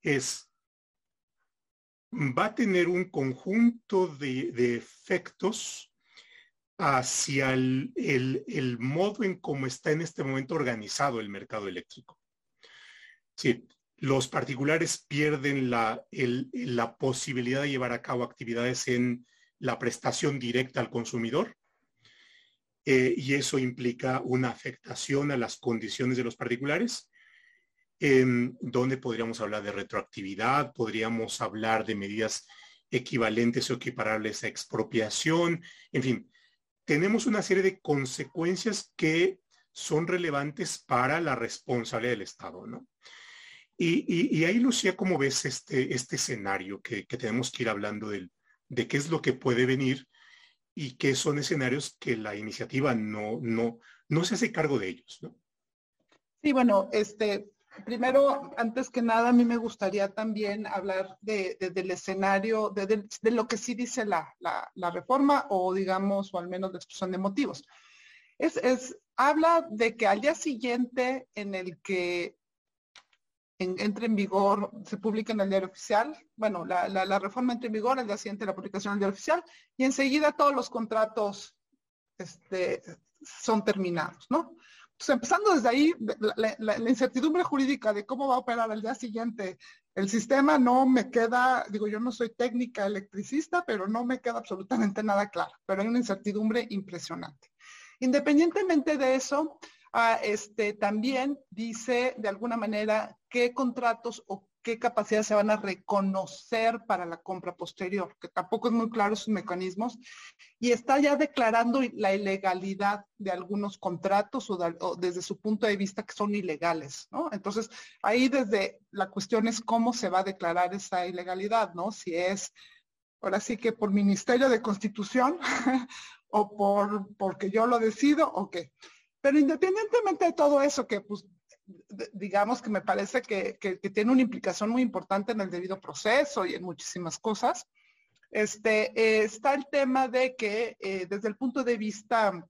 va a tener un conjunto de efectos hacia el modo en cómo está en este momento organizado el mercado eléctrico. Sí, los particulares pierden la posibilidad de llevar a cabo actividades en la prestación directa al consumidor, y eso implica una afectación a las condiciones de los particulares, donde podríamos hablar de retroactividad, podríamos hablar de medidas equivalentes o equiparables a expropiación, en fin, tenemos una serie de consecuencias que son relevantes para la responsabilidad del Estado, ¿no? Y ahí, Lucía, ¿cómo ves este escenario que tenemos que ir hablando de qué es lo que puede venir y qué son escenarios que la iniciativa no se hace cargo de ellos, ¿no? Sí, bueno, primero, antes que nada, a mí me gustaría también hablar del escenario, de lo que sí dice la reforma, o digamos, o al menos la exposición de motivos. Habla de que al día siguiente en el que entre en vigor, se publica en el diario oficial, bueno, la reforma entra en vigor al día siguiente de la publicación en el diario oficial, y enseguida todos los contratos son terminados, ¿no? Entonces, empezando desde ahí, la incertidumbre jurídica de cómo va a operar al día siguiente el sistema no me queda, digo, yo no soy técnica electricista, pero no me queda absolutamente nada claro, pero hay una incertidumbre impresionante. Independientemente de eso, también dice de alguna manera qué contratos o qué capacidades se van a reconocer para la compra posterior, que tampoco es muy claro sus mecanismos, y está ya declarando la ilegalidad de algunos contratos o desde su punto de vista que son ilegales, ¿no? Entonces, ahí desde la cuestión es cómo se va a declarar esa ilegalidad, ¿no? Si es, ahora sí que por Ministerio de Constitución o porque yo lo decido o qué. Pero independientemente de todo eso, que pues digamos que me parece que tiene una implicación muy importante en el debido proceso y en muchísimas cosas, está el tema de que desde el punto de vista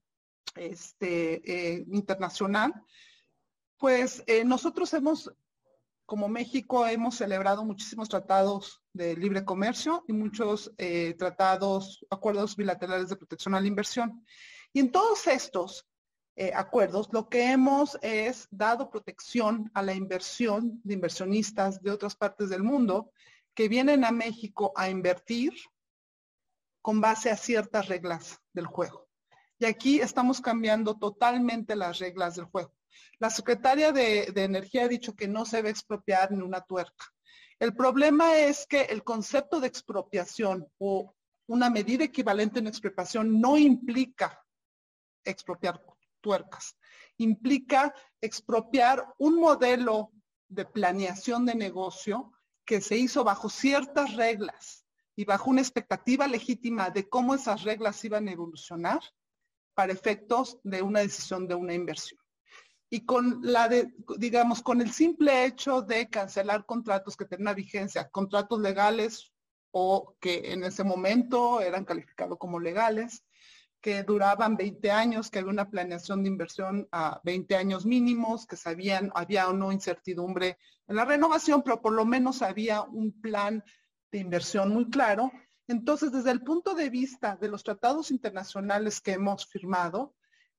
internacional, pues nosotros como México hemos celebrado muchísimos tratados de libre comercio y muchos acuerdos bilaterales de protección a la inversión. Y en todos estos acuerdos, lo que hemos es dado protección a la inversión de inversionistas de otras partes del mundo que vienen a México a invertir con base a ciertas reglas del juego. Y aquí estamos cambiando totalmente las reglas del juego. La secretaria de Energía ha dicho que no se va a expropiar ni una tuerca. El problema es que el concepto de expropiación o una medida equivalente en expropiación no implica expropiar tuercas. Implica expropiar un modelo de planeación de negocio que se hizo bajo ciertas reglas y bajo una expectativa legítima de cómo esas reglas iban a evolucionar para efectos de una decisión de una inversión. Y con con el simple hecho de cancelar contratos que tenían una vigencia, contratos legales o que en ese momento eran calificados como legales, que duraban 20 años, que había una planeación de inversión a 20 años mínimos, que había o no incertidumbre en la renovación, pero por lo menos había un plan de inversión muy claro. Entonces, desde el punto de vista de los tratados internacionales que hemos firmado,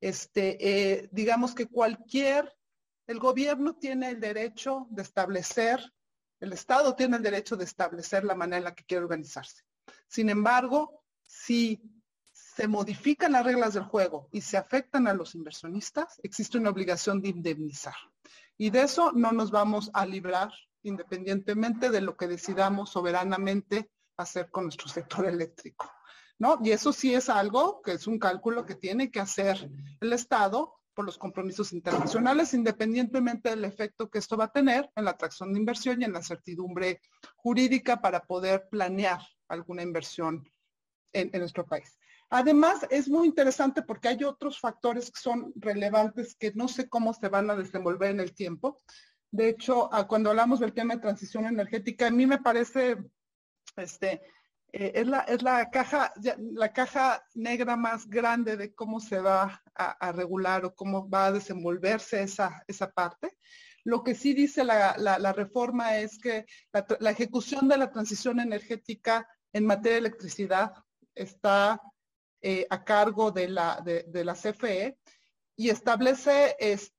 digamos que el gobierno tiene el derecho de establecer, el Estado tiene el derecho de establecer la manera en la que quiere organizarse. Sin embargo, si se modifican las reglas del juego y se afectan a los inversionistas, existe una obligación de indemnizar. Y de eso no nos vamos a librar independientemente de lo que decidamos soberanamente hacer con nuestro sector eléctrico, ¿no? Y eso sí es algo que es un cálculo que tiene que hacer el Estado por los compromisos internacionales, independientemente del efecto que esto va a tener en la atracción de inversión y en la certidumbre jurídica para poder planear alguna inversión en nuestro país. Además, es muy interesante porque hay otros factores que son relevantes que no sé cómo se van a desenvolver en el tiempo. De hecho, cuando hablamos del tema de transición energética, a mí me parece la caja negra más grande de cómo se va a regular o cómo va a desenvolverse esa parte. Lo que sí dice la reforma es que la ejecución de la transición energética en materia de electricidad está a cargo de la CFE y establece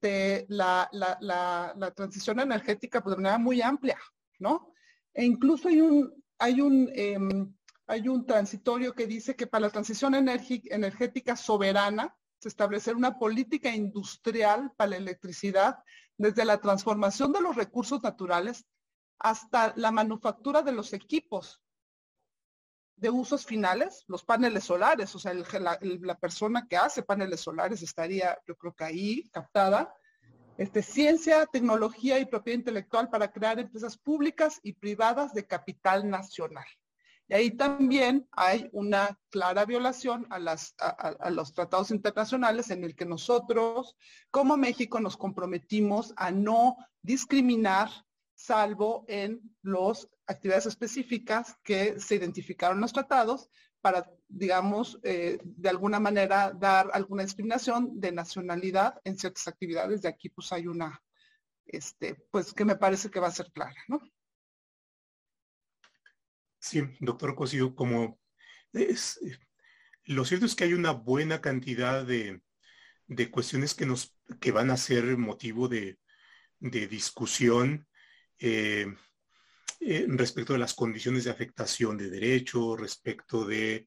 la transición energética pues, de manera muy amplia, ¿no? E incluso hay un transitorio que dice que para la transición energética soberana se establecerá una política industrial para la electricidad desde la transformación de los recursos naturales hasta la manufactura de los equipos de usos finales, los paneles solares, o sea, la persona que hace paneles solares estaría, yo creo que ahí captada, ciencia, tecnología y propiedad intelectual para crear empresas públicas y privadas de capital nacional. Y ahí también hay una clara violación a los tratados internacionales en el que nosotros, como México, nos comprometimos a no discriminar, salvo en las actividades específicas que se identificaron en los tratados para, digamos, de alguna manera dar alguna discriminación de nacionalidad en ciertas actividades. De aquí pues hay una, pues que me parece que va a ser clara, ¿no? Sí, doctor Cosío, lo cierto es que hay una buena cantidad de cuestiones que van a ser motivo de discusión respecto de las condiciones de afectación de derecho, respecto de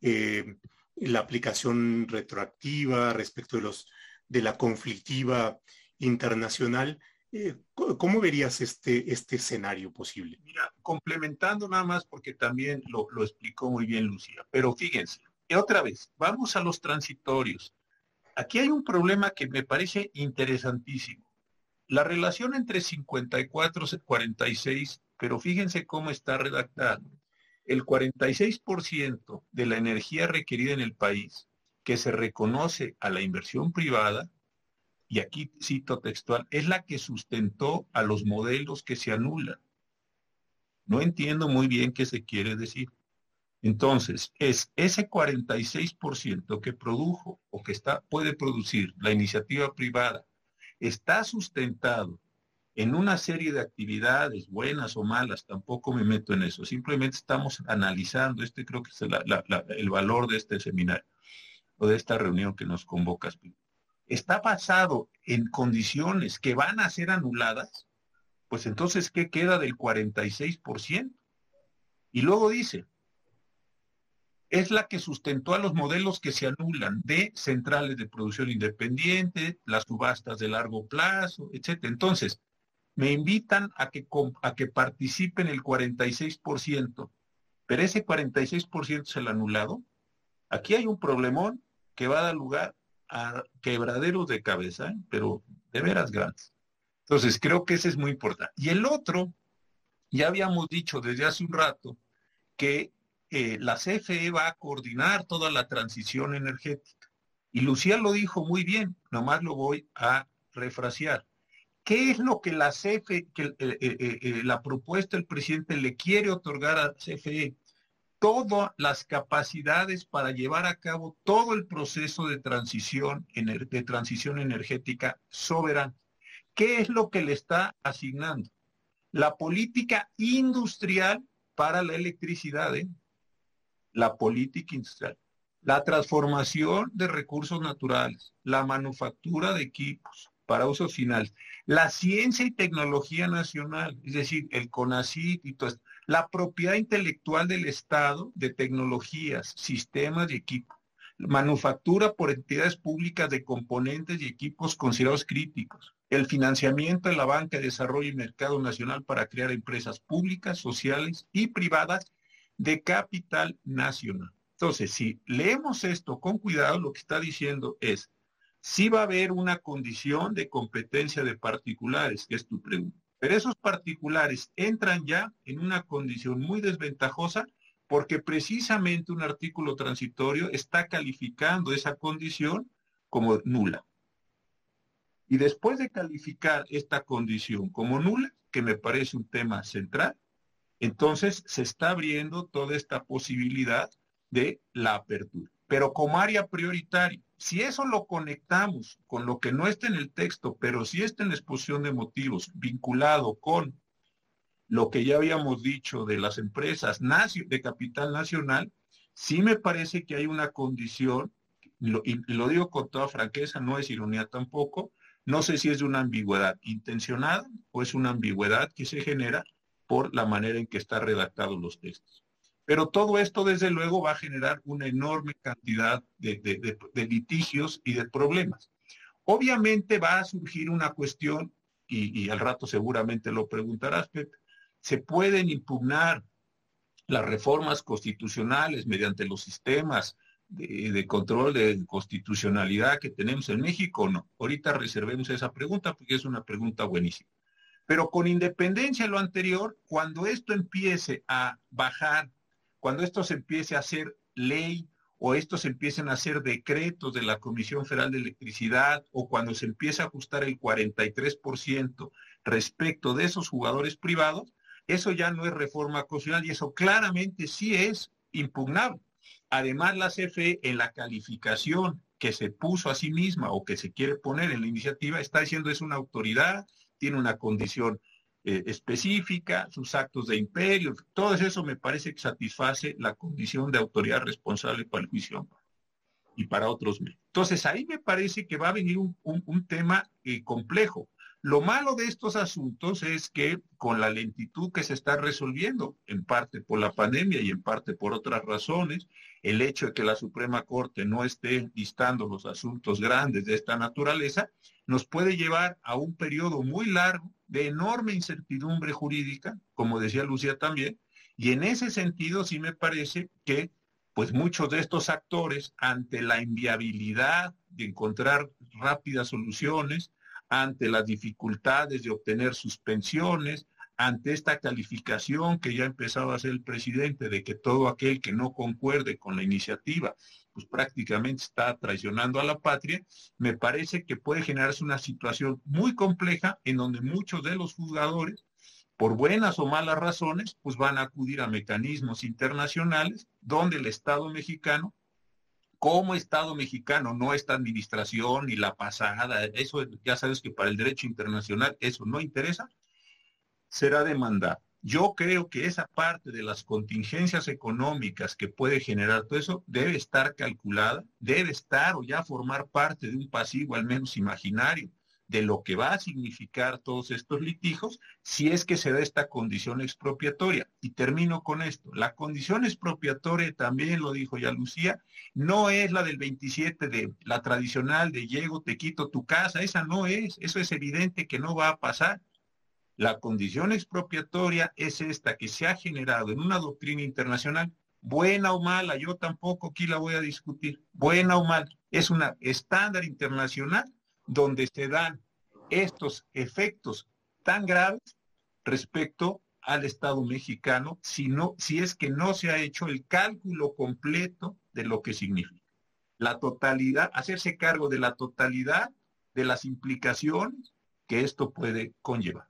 la aplicación retroactiva, respecto de la conflictiva internacional. ¿Cómo verías este escenario posible? Mira, complementando nada más porque también lo explicó muy bien Lucía, pero fíjense, otra vez, vamos a los transitorios. Aquí hay un problema que me parece interesantísimo. La relación entre 54 y 46, pero fíjense cómo está redactado. El 46% de la energía requerida en el país, que se reconoce a la inversión privada, y aquí cito textual, es la que sustentó a los modelos que se anulan. No entiendo muy bien qué se quiere decir. Entonces, es ese 46% que produjo o que puede producir la iniciativa privada, está sustentado en una serie de actividades, buenas o malas, tampoco me meto en eso, simplemente estamos analizando, creo que es el valor de este seminario o de esta reunión que nos convocas. Está basado en condiciones que van a ser anuladas, pues entonces, ¿qué queda del 46%? Y luego dice, es la que sustentó a los modelos que se anulan de centrales de producción independiente, las subastas de largo plazo, etc. Entonces, me invitan a que participen el 46%, pero ese 46% es el anulado. Aquí hay un problemón que va a dar lugar a quebraderos de cabeza, pero de veras grandes. Entonces, creo que ese es muy importante. Y el otro, ya habíamos dicho desde hace un rato que la CFE va a coordinar toda la transición energética. Y Lucía lo dijo muy bien, nomás lo voy a refrasear. ¿Qué es lo que la CFE, la propuesta del presidente le quiere otorgar a CFE? Todas las capacidades para llevar a cabo todo el proceso de transición energética soberana. ¿Qué es lo que le está asignando? La política industrial para la electricidad, la política industrial, la transformación de recursos naturales, la manufactura de equipos para usos finales, la ciencia y tecnología nacional, es decir, el CONACYT y todo esto, la propiedad intelectual del Estado de tecnologías, sistemas y equipos, manufactura por entidades públicas de componentes y equipos considerados críticos, el financiamiento de la banca de desarrollo y mercado nacional para crear empresas públicas, sociales y privadas de capital nacional. Entonces, si leemos esto con cuidado, lo que está diciendo es, sí va a haber una condición de competencia de particulares, que es tu pregunta, pero esos particulares entran ya en una condición muy desventajosa porque precisamente un artículo transitorio está calificando esa condición como nula. Y después de calificar esta condición como nula, que me parece un tema central, Entonces se está abriendo toda esta posibilidad de la apertura. Pero como área prioritaria, si eso lo conectamos con lo que no está en el texto, pero sí está en la exposición de motivos, vinculado con lo que ya habíamos dicho de las empresas de capital nacional, sí me parece que hay una condición, y lo digo con toda franqueza, no es ironía tampoco, no sé si es de una ambigüedad intencionada o es una ambigüedad que se genera por la manera en que están redactados los textos. Pero todo esto, desde luego, va a generar una enorme cantidad de litigios y de problemas. Obviamente va a surgir una cuestión, y al rato seguramente lo preguntarás, Pepe, se pueden impugnar las reformas constitucionales mediante los sistemas de control de constitucionalidad que tenemos en México o no. Ahorita reservemos esa pregunta porque es una pregunta buenísima. Pero con independencia de lo anterior, cuando esto empiece a bajar, cuando esto se empiece a hacer ley o estos empiecen a hacer decretos de la Comisión Federal de Electricidad o cuando se empiece a ajustar el 43% respecto de esos jugadores privados, eso ya no es reforma constitucional y eso claramente sí es impugnable. Además, la CFE en la calificación que se puso a sí misma o que se quiere poner en la iniciativa está diciendo es una autoridad, tiene una condición específica, sus actos de imperio, todo eso me parece que satisface la condición de autoridad responsable para el juicio y para otros. Entonces ahí me parece que va a venir un tema complejo. Lo malo de estos asuntos es que con la lentitud que se está resolviendo, en parte por la pandemia y en parte por otras razones, el hecho de que la Suprema Corte no esté listando los asuntos grandes de esta naturaleza, nos puede llevar a un periodo muy largo de enorme incertidumbre jurídica, como decía Lucía también, y en ese sentido sí me parece que pues muchos de estos actores, ante la inviabilidad de encontrar rápidas soluciones, ante las dificultades de obtener sus pensiones, ante esta calificación que ya ha empezado a hacer el presidente de que todo aquel que no concuerde con la iniciativa, pues prácticamente está traicionando a la patria, me parece que puede generarse una situación muy compleja en donde muchos de los juzgadores, por buenas o malas razones, pues van a acudir a mecanismos internacionales donde el Estado mexicano, como Estado mexicano, no esta administración ni la pasada, eso ya sabes que para el derecho internacional eso no interesa, será demandado. Yo creo que esa parte de las contingencias económicas que puede generar todo eso debe estar calculada, debe estar o ya formar parte de un pasivo al menos imaginario de lo que va a significar todos estos litigios si es que se da esta condición expropiatoria. Y termino con esto. La condición expropiatoria, también lo dijo ya Lucía, no es la del 27 de la tradicional de llego, te quito tu casa, esa no es, eso es evidente que no va a pasar. La condición expropiatoria es esta que se ha generado en una doctrina internacional, buena o mala, yo tampoco aquí la voy a discutir, buena o mala, es un estándar internacional donde se dan estos efectos tan graves respecto al Estado mexicano, si es que no se ha hecho el cálculo completo de lo que significa. La totalidad, hacerse cargo de la totalidad de las implicaciones que esto puede conllevar.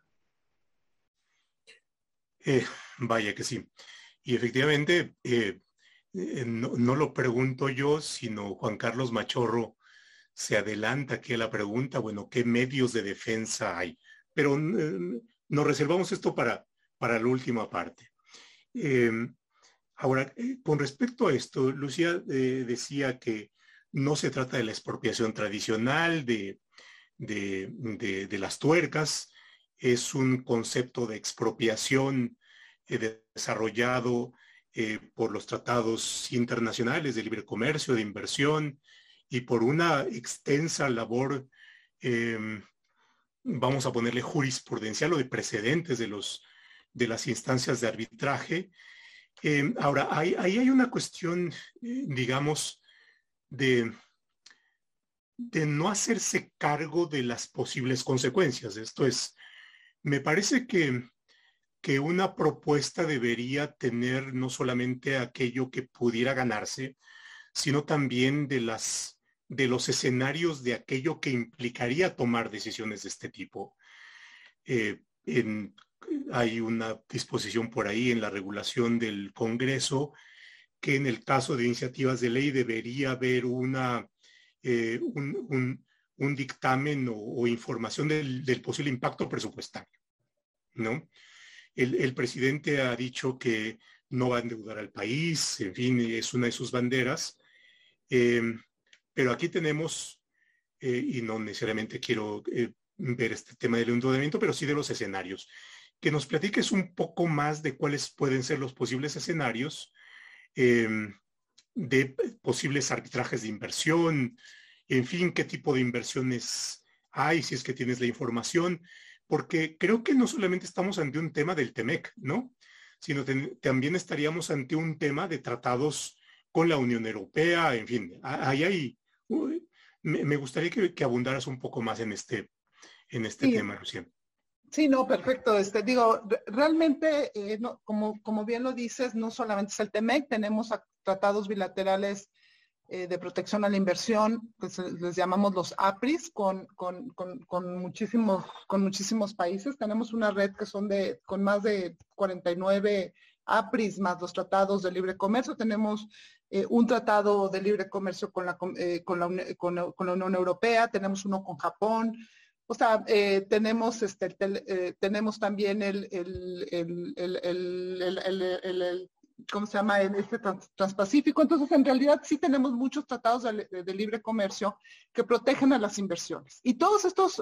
Vaya que sí. Y efectivamente, no lo pregunto yo, sino Juan Carlos Machorro se adelanta aquí a la pregunta, bueno, ¿qué medios de defensa hay? Pero nos reservamos esto para la última parte. Ahora, con respecto a esto, Lucía decía que no se trata de la expropiación tradicional de las tuercas, es un concepto de expropiación desarrollado por los tratados internacionales de libre comercio, de inversión y por una extensa labor, vamos a ponerle jurisprudencial o de precedentes de las instancias de arbitraje. Ahora, ahí hay una cuestión, digamos, de no hacerse cargo de las posibles consecuencias. Esto es, me parece que una propuesta debería tener no solamente aquello que pudiera ganarse, sino también de los escenarios de aquello que implicaría tomar decisiones de este tipo. hay una disposición por ahí en la regulación del Congreso que en el caso de iniciativas de ley debería haber un dictamen o información del posible impacto presupuestario, ¿no? El presidente ha dicho que no va a endeudar al país, en fin, es una de sus banderas, pero aquí tenemos, y no necesariamente quiero ver este tema del endeudamiento, pero sí de los escenarios. Que nos platiques un poco más de cuáles pueden ser los posibles escenarios de posibles arbitrajes de inversión, en fin, qué tipo de inversiones hay, si es que tienes la información, porque creo que no solamente estamos ante un tema del TEMEC, ¿no? Sino también estaríamos ante un tema de tratados con la Unión Europea, en fin, me gustaría que abundaras un poco más en este Sí. tema, Lucía. Sí, no, perfecto. Digo, realmente, no, como bien lo dices, no solamente es el TEMEC, tenemos tratados bilaterales de protección a la inversión, que les llamamos los APRIs, con muchísimos países. Tenemos una red que son con más de 49 APRIs, más los tratados de libre comercio. Tenemos un tratado de libre comercio con la Unión Europea, tenemos uno con Japón. O sea, tenemos también ¿cómo se llama? Este Transpacífico. Entonces, en realidad sí tenemos muchos tratados de libre comercio que protegen a las inversiones. Y todos estos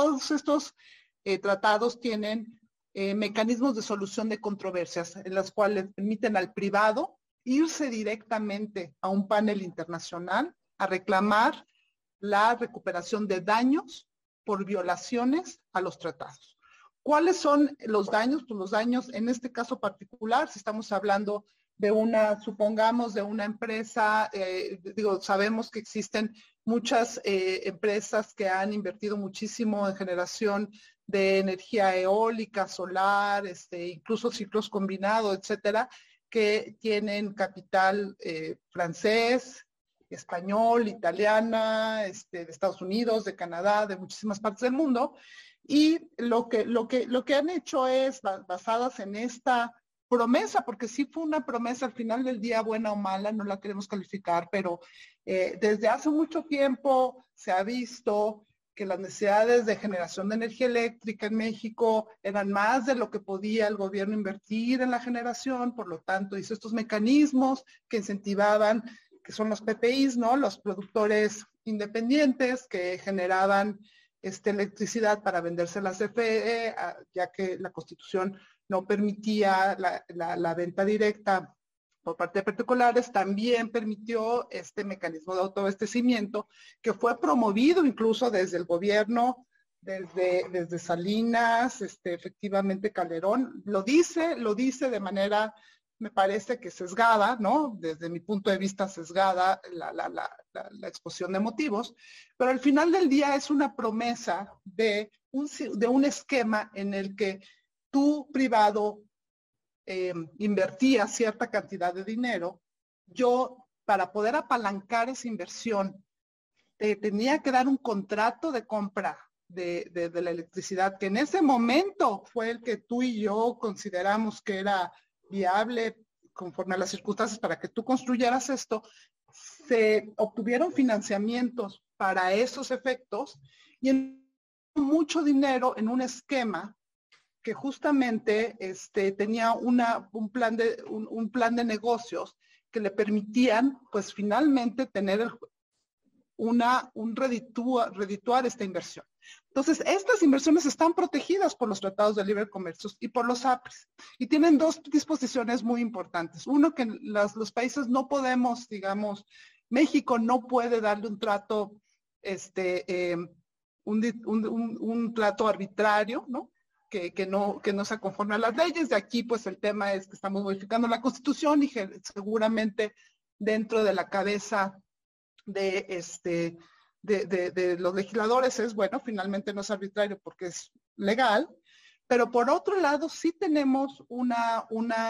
tratados tienen mecanismos de solución de controversias en las cuales permiten al privado irse directamente a un panel internacional a reclamar la recuperación de daños por violaciones a los tratados. ¿Cuáles son los daños? Pues los daños, en este caso particular, si estamos hablando de supongamos de una empresa, sabemos que existen muchas empresas que han invertido muchísimo en generación de energía eólica, solar, incluso ciclos combinados, etcétera, que tienen capital francés, español, italiana, de Estados Unidos, de Canadá, de muchísimas partes del mundo, y lo que han hecho es, basadas en esta promesa, porque sí fue una promesa al final del día, buena o mala, no la queremos calificar, pero desde hace mucho tiempo se ha visto que las necesidades de generación de energía eléctrica en México eran más de lo que podía el gobierno invertir en la generación, por lo tanto hizo estos mecanismos que incentivaban, que son los PPIs, ¿no? Los productores independientes que generaban electricidad para venderse a CFE, ya que la Constitución no permitía la venta directa por parte de particulares. También permitió este mecanismo de autoabastecimiento que fue promovido incluso desde el gobierno, desde Salinas, efectivamente Calderón, lo dice de manera, me parece que sesgada, ¿no? Desde mi punto de vista sesgada la exposición de motivos, pero al final del día es una promesa de un esquema en el que tú privado invertías cierta cantidad de dinero. Yo, para poder apalancar esa inversión, te tenía que dar un contrato de compra de la electricidad, que en ese momento fue el que tú y yo consideramos que era viable conforme a las circunstancias para que tú construyeras esto. Se obtuvieron financiamientos para esos efectos y mucho dinero en un esquema que justamente tenía un plan de negocios que le permitían pues finalmente tener redituar esta inversión. Entonces, estas inversiones están protegidas por los tratados de libre comercio y por los APRIs. Y tienen dos disposiciones muy importantes. Uno, que los países no podemos, digamos, México no puede darle un trato, un trato arbitrario, ¿no? Que no se conforme a las leyes. De aquí, pues, el tema es que estamos modificando la Constitución y que seguramente dentro de la cabeza de los legisladores es, bueno, finalmente no es arbitrario porque es legal, pero por otro lado sí tenemos una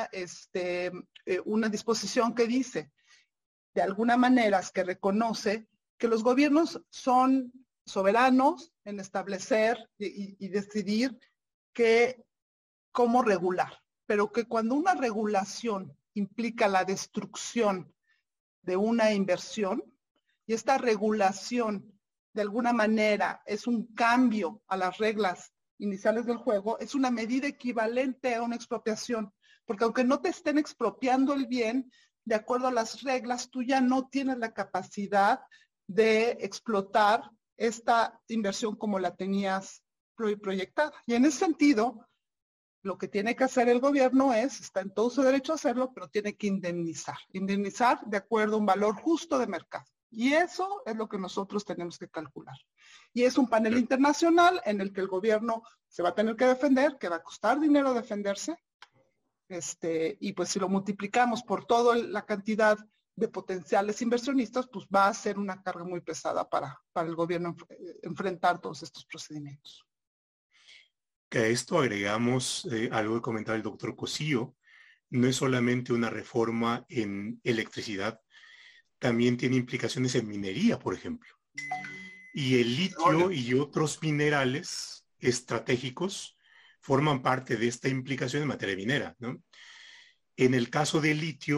disposición que dice, de alguna manera, que reconoce que los gobiernos son soberanos en establecer y decidir qué cómo regular, pero que cuando una regulación implica la destrucción de una inversión y esta regulación de alguna manera es un cambio a las reglas iniciales del juego, es una medida equivalente a una expropiación, porque aunque no te estén expropiando el bien, de acuerdo a las reglas, tú ya no tienes la capacidad de explotar esta inversión como la tenías proyectada. Y en ese sentido, lo que tiene que hacer el gobierno está en todo su derecho a hacerlo, pero tiene que indemnizar de acuerdo a un valor justo de mercado. Y eso es lo que nosotros tenemos que calcular. Y es un panel internacional en el que el gobierno se va a tener que defender, que va a costar dinero defenderse, y pues si lo multiplicamos por toda la cantidad de potenciales inversionistas, pues va a ser una carga muy pesada para el gobierno enfrentar todos estos procedimientos. Que a esto agregamos algo que comentaba el doctor Cosío, no es solamente una reforma en electricidad, también tiene implicaciones en minería, por ejemplo. Y el litio y otros minerales estratégicos forman parte de esta implicación en materia minera, ¿no? En el caso del litio...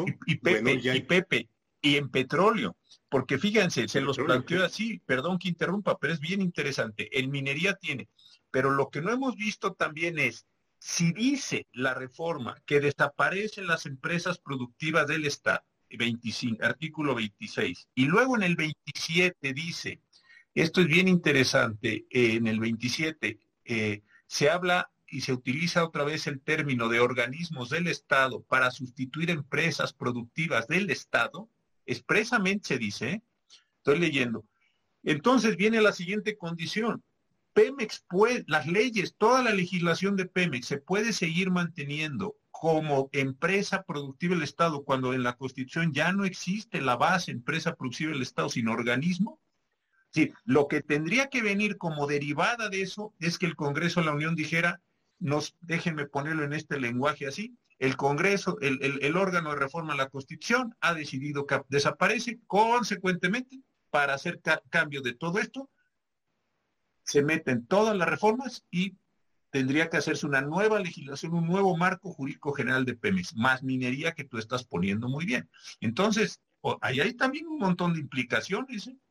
Y en petróleo, porque fíjense, se los planteo así, perdón que interrumpa, pero es bien interesante. En minería tiene, pero lo que no hemos visto también es, si dice la reforma que desaparecen las empresas productivas del Estado, 25, artículo 26, y luego en el 27 dice, esto es bien interesante, en el 27 se habla y se utiliza otra vez el término de organismos del Estado para sustituir empresas productivas del Estado, expresamente se dice, estoy leyendo, entonces viene la siguiente condición, Pemex puede, las leyes, toda la legislación de Pemex se puede seguir manteniendo como empresa productiva del Estado cuando en la Constitución ya no existe la base empresa productiva del Estado, sino organismo. Sí, lo que tendría que venir como derivada de eso es que el Congreso de la Unión dijera, déjenme ponerlo en este lenguaje así, el Congreso, el órgano de reforma a la Constitución ha decidido que desaparece, consecuentemente, para hacer cambio de todo esto, se meten todas las reformas y tendría que hacerse una nueva legislación, un nuevo marco jurídico general de Pemex, más minería que tú estás poniendo muy bien. Entonces, ahí hay también un montón de implicaciones, ¿eh?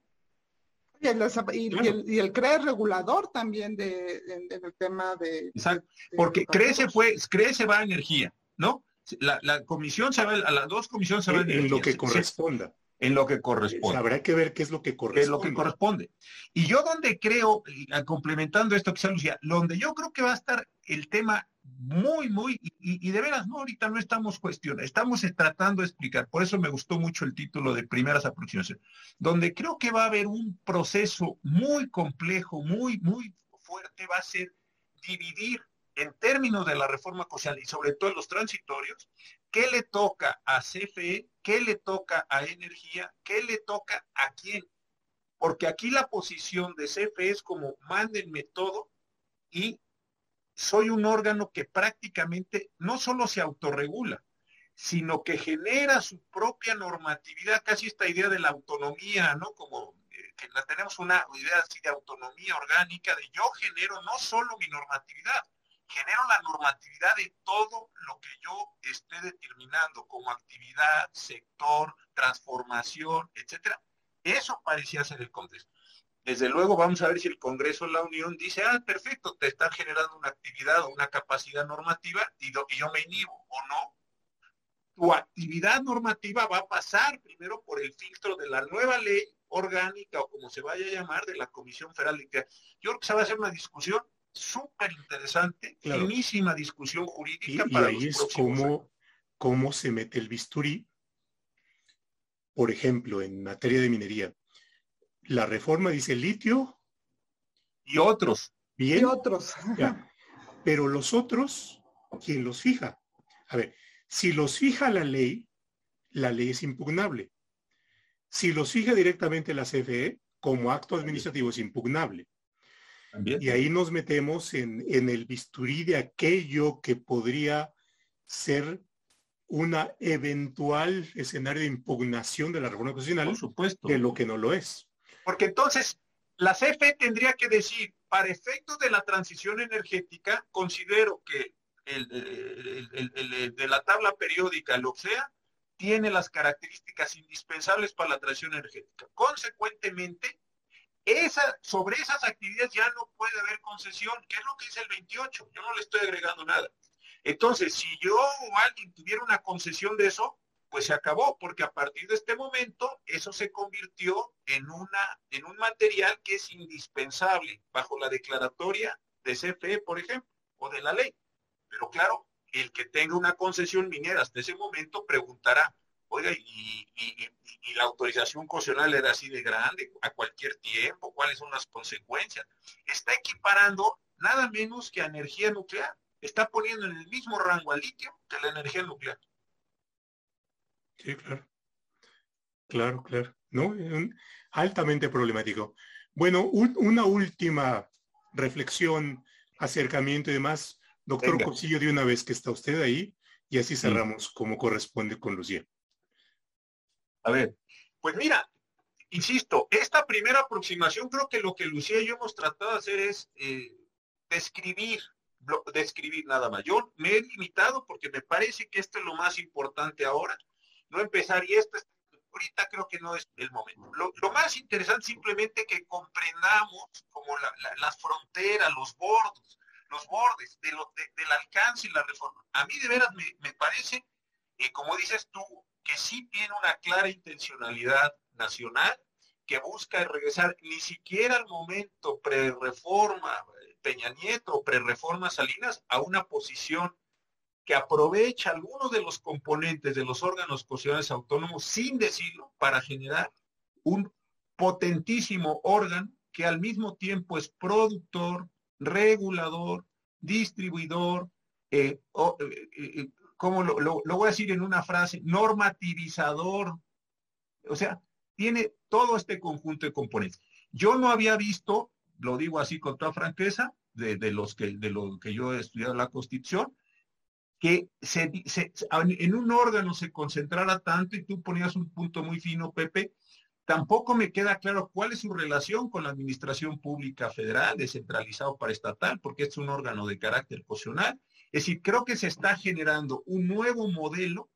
Y el CRE regulador también en el tema de... Exacto, porque CRE se va a energía, ¿no? La comisión se va, a las dos comisiones se va a energía. En lo que corresponda. En lo que corresponde. Habrá que ver qué es lo que corresponde. Es lo que corresponde. Y yo donde creo, complementando esto que sea Lucía, donde yo creo que va a estar el tema y de veras, no, ahorita no estamos cuestionando, estamos tratando de explicar, por eso me gustó mucho el título de primeras aproximaciones, donde creo que va a haber un proceso muy complejo, muy fuerte, va a ser dividir en términos de la reforma constitucional y sobre todo en los transitorios, qué le toca a CFE, qué le toca a Energía, qué le toca a quién. Porque aquí la posición de CFE es como mándenme todo y soy un órgano que prácticamente no solo se autorregula, sino que genera su propia normatividad, casi esta idea de la autonomía, ¿no? Como que tenemos una idea así de autonomía orgánica, de yo genero no solo mi normatividad, genero la normatividad de todo lo que yo esté determinando como actividad, sector, transformación, etcétera. Eso parecía ser el Congreso. Desde luego vamos a ver si el Congreso de la Unión dice, perfecto, te está generando una actividad o una capacidad normativa y yo me inhibo o no. Tu actividad normativa va a pasar primero por el filtro de la nueva ley orgánica o como se vaya a llamar de la Comisión Federal. Yo creo que se va a hacer una discusión súper interesante, claro. Finísima discusión jurídica para ahí los próximos años. Cómo se mete el bisturí, por ejemplo, en materia de minería. La reforma dice litio y otros. Bien. Y otros. Ya. Pero los otros, ¿quién los fija? A ver, si los fija la ley es impugnable. Si los fija directamente la CFE, como acto administrativo es impugnable. También. Y ahí nos metemos en el bisturí de aquello que podría ser una eventual escenario de impugnación de la reforma constitucional, por supuesto, de lo que no lo es. Porque entonces la CFE tendría que decir, para efectos de la transición energética, considero que de la tabla periódica, lo que sea, tiene las características indispensables para la transición energética. Consecuentemente, sobre esas actividades ya no puede haber concesión, que es lo que dice el 28. Yo no le estoy agregando nada. Entonces, si yo o alguien tuviera una concesión de eso, pues se acabó, porque a partir de este momento eso se convirtió en un material que es indispensable bajo la declaratoria de CFE, por ejemplo, o de la ley. Pero claro, el que tenga una concesión minera hasta ese momento preguntará, oiga, ¿y la autorización concesional era así de grande a cualquier tiempo? ¿Cuáles son las consecuencias? Está equiparando nada menos que a energía nuclear. Está poniendo en el mismo rango al litio que la energía nuclear. Sí, claro. Claro, claro. ¿No? Altamente problemático. Bueno, una última reflexión, acercamiento y demás. Doctor Cosío, de una vez que está usted ahí, y así cerramos como corresponde con Lucía. A ver, pues mira, insisto, esta primera aproximación, creo que lo que Lucía y yo hemos tratado de hacer es describir nada más. Yo me he limitado porque me parece que esto es lo más importante ahora, no empezar, y esto ahorita creo que no es el momento. Lo más interesante simplemente que comprendamos como las fronteras, los bordes del alcance y la reforma. A mí de veras me parece, como dices tú, que sí tiene una clara intencionalidad nacional, que busca regresar ni siquiera al momento pre-reforma Peña Nieto o pre-reforma Salinas a una posición que aprovecha algunos de los componentes de los órganos constitucionales autónomos sin decirlo para generar un potentísimo órgano que al mismo tiempo es productor, regulador, distribuidor, como lo voy a decir en una frase, normativizador. O sea, tiene todo este conjunto de componentes. Yo no había visto, lo digo así con toda franqueza, de lo que yo he estudiado la Constitución, que en un órgano se concentrara tanto, y tú ponías un punto muy fino, Pepe. Tampoco me queda claro cuál es su relación con la administración pública federal, descentralizado para estatal, porque es un órgano de carácter constitucional. Es decir, creo que se está generando un nuevo modelo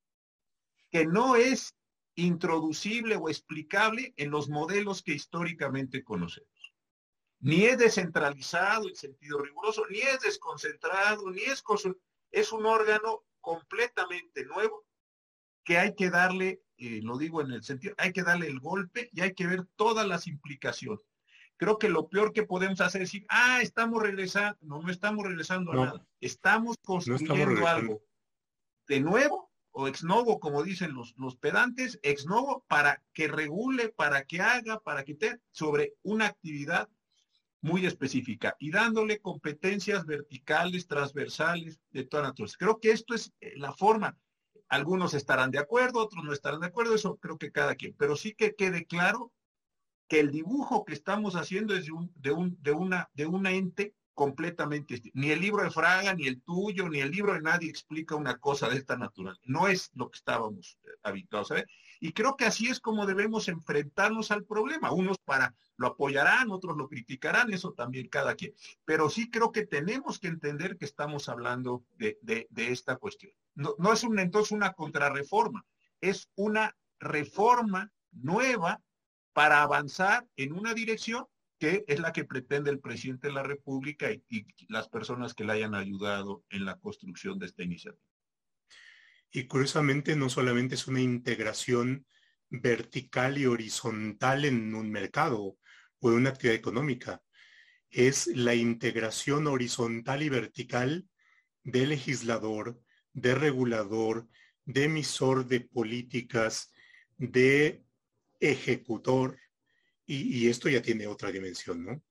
que no es introducible o explicable en los modelos que históricamente conocemos. Ni es descentralizado en sentido riguroso, ni es desconcentrado, es un órgano completamente nuevo que hay que darle, lo digo en el sentido, hay que darle el golpe y hay que ver todas las implicaciones. Creo que lo peor que podemos hacer es decir, estamos regresando. No estamos regresando a nada. Estamos construyendo algo de nuevo o ex novo, como dicen los pedantes, ex novo, para que regule, para que haga, para que te sobre una actividad muy específica y dándole competencias verticales, transversales, de toda naturaleza. Creo que esto es la forma. Algunos estarán de acuerdo, otros no estarán de acuerdo, eso creo que cada quien, pero sí que quede claro que el dibujo que estamos haciendo es de una ente completamente, ni el libro de Fraga, ni el tuyo, ni el libro de nadie explica una cosa de esta naturaleza. No es lo que estábamos habituados a ver. Y creo que así es como debemos enfrentarnos al problema. Unos lo apoyarán, otros lo criticarán, eso también cada quien. Pero sí creo que tenemos que entender que estamos hablando de esta cuestión. No es entonces una contrarreforma, es una reforma nueva para avanzar en una dirección que es la que pretende el presidente de la República y las personas que le hayan ayudado en la construcción de esta iniciativa. Y curiosamente no solamente es una integración vertical y horizontal en un mercado o en una actividad económica, es la integración horizontal y vertical de legislador, de regulador, de emisor de políticas, de ejecutor, y esto ya tiene otra dimensión, ¿no?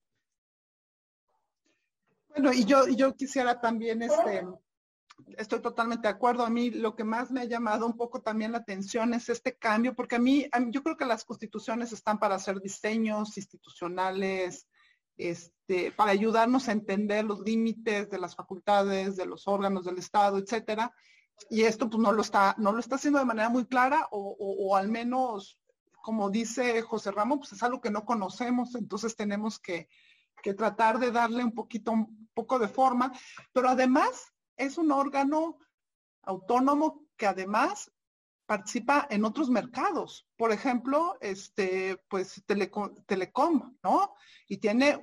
Bueno, y yo quisiera también, estoy totalmente de acuerdo. A mí lo que más me ha llamado un poco también la atención es este cambio, porque a mí yo creo que las constituciones están para hacer diseños institucionales, para ayudarnos a entender los límites de las facultades, de los órganos del Estado, etcétera. Y esto pues no lo está haciendo de manera muy clara, o al menos, como dice José Ramón, pues es algo que no conocemos, entonces tenemos que tratar de darle un poco de forma, pero además es un órgano autónomo que además participa en otros mercados. Por ejemplo, pues Telecom, ¿no? Y tiene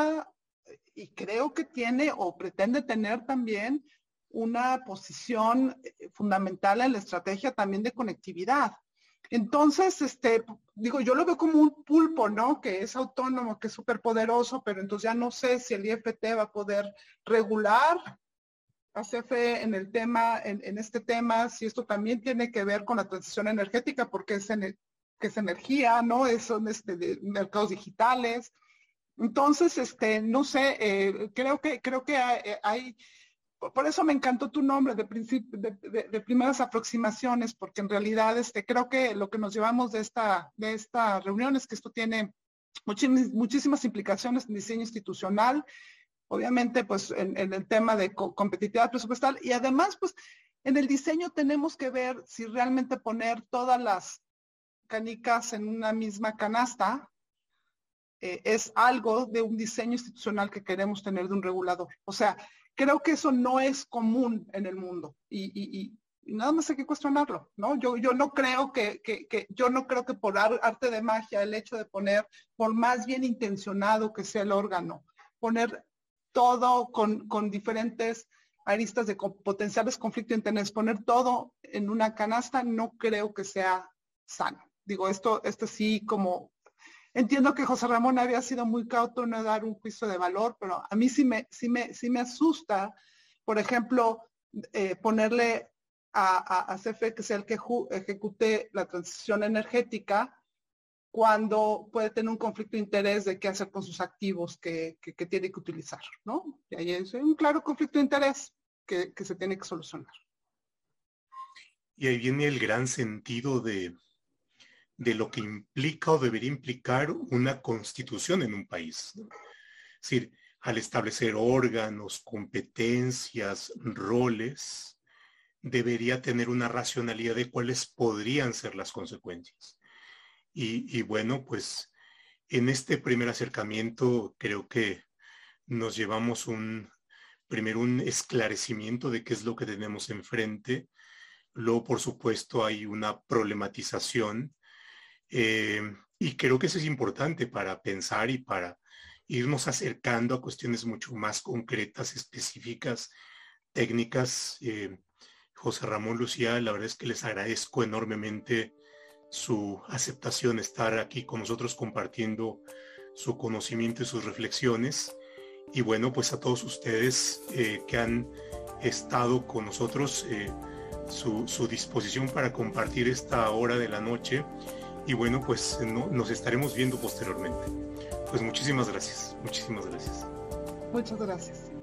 y creo que tiene o pretende tener también una posición fundamental en la estrategia también de conectividad. Entonces, digo, yo lo veo como un pulpo, ¿no? Que es autónomo, que es súper poderoso, pero entonces ya no sé si el IFT va a poder regular a CFE en el tema, en este tema, si esto también tiene que ver con la transición energética, porque que es energía, ¿no? Son de mercados digitales. Entonces, no sé, creo que hay por eso me encantó tu nombre de primeras aproximaciones, porque en realidad creo que lo que nos llevamos de esta reunión es que esto tiene muchísimas implicaciones en diseño institucional, obviamente pues en el tema de competitividad presupuestal, y además pues en el diseño tenemos que ver si realmente poner todas las canicas en una misma canasta es algo de un diseño institucional que queremos tener de un regulador. O sea, creo que eso no es común en el mundo y nada más hay que cuestionarlo, ¿no? Yo no creo yo no creo que por arte de magia el hecho de poner, por más bien intencionado que sea el órgano, poner todo con diferentes aristas de potenciales conflictos de interés, poner todo en una canasta, no creo que sea sano. Digo, esto sí como... Entiendo que José Ramón había sido muy cauto en no dar un juicio de valor, pero a mí sí me asusta, por ejemplo, ponerle a CFE que sea el que ejecute la transición energética cuando puede tener un conflicto de interés de qué hacer con sus activos que tiene que utilizar, ¿no? Y ahí es un claro conflicto de interés que se tiene que solucionar. Y ahí viene el gran sentido de lo que implica o debería implicar una constitución en un país, ¿no? Es decir, al establecer órganos, competencias, roles, debería tener una racionalidad de cuáles podrían ser las consecuencias. Y bueno, pues en este primer acercamiento creo que nos llevamos primero un esclarecimiento de qué es lo que tenemos enfrente. Luego, por supuesto, hay una problematización y creo que eso es importante para pensar y para irnos acercando a cuestiones mucho más concretas, específicas, técnicas. José Ramón, Lucía, la verdad es que les agradezco enormemente su aceptación, estar aquí con nosotros compartiendo su conocimiento y sus reflexiones. Y bueno, pues a todos ustedes que han estado con nosotros, su disposición para compartir esta hora de la noche. Y bueno, pues nos estaremos viendo posteriormente. Pues muchísimas gracias. Muchísimas gracias. Muchas gracias.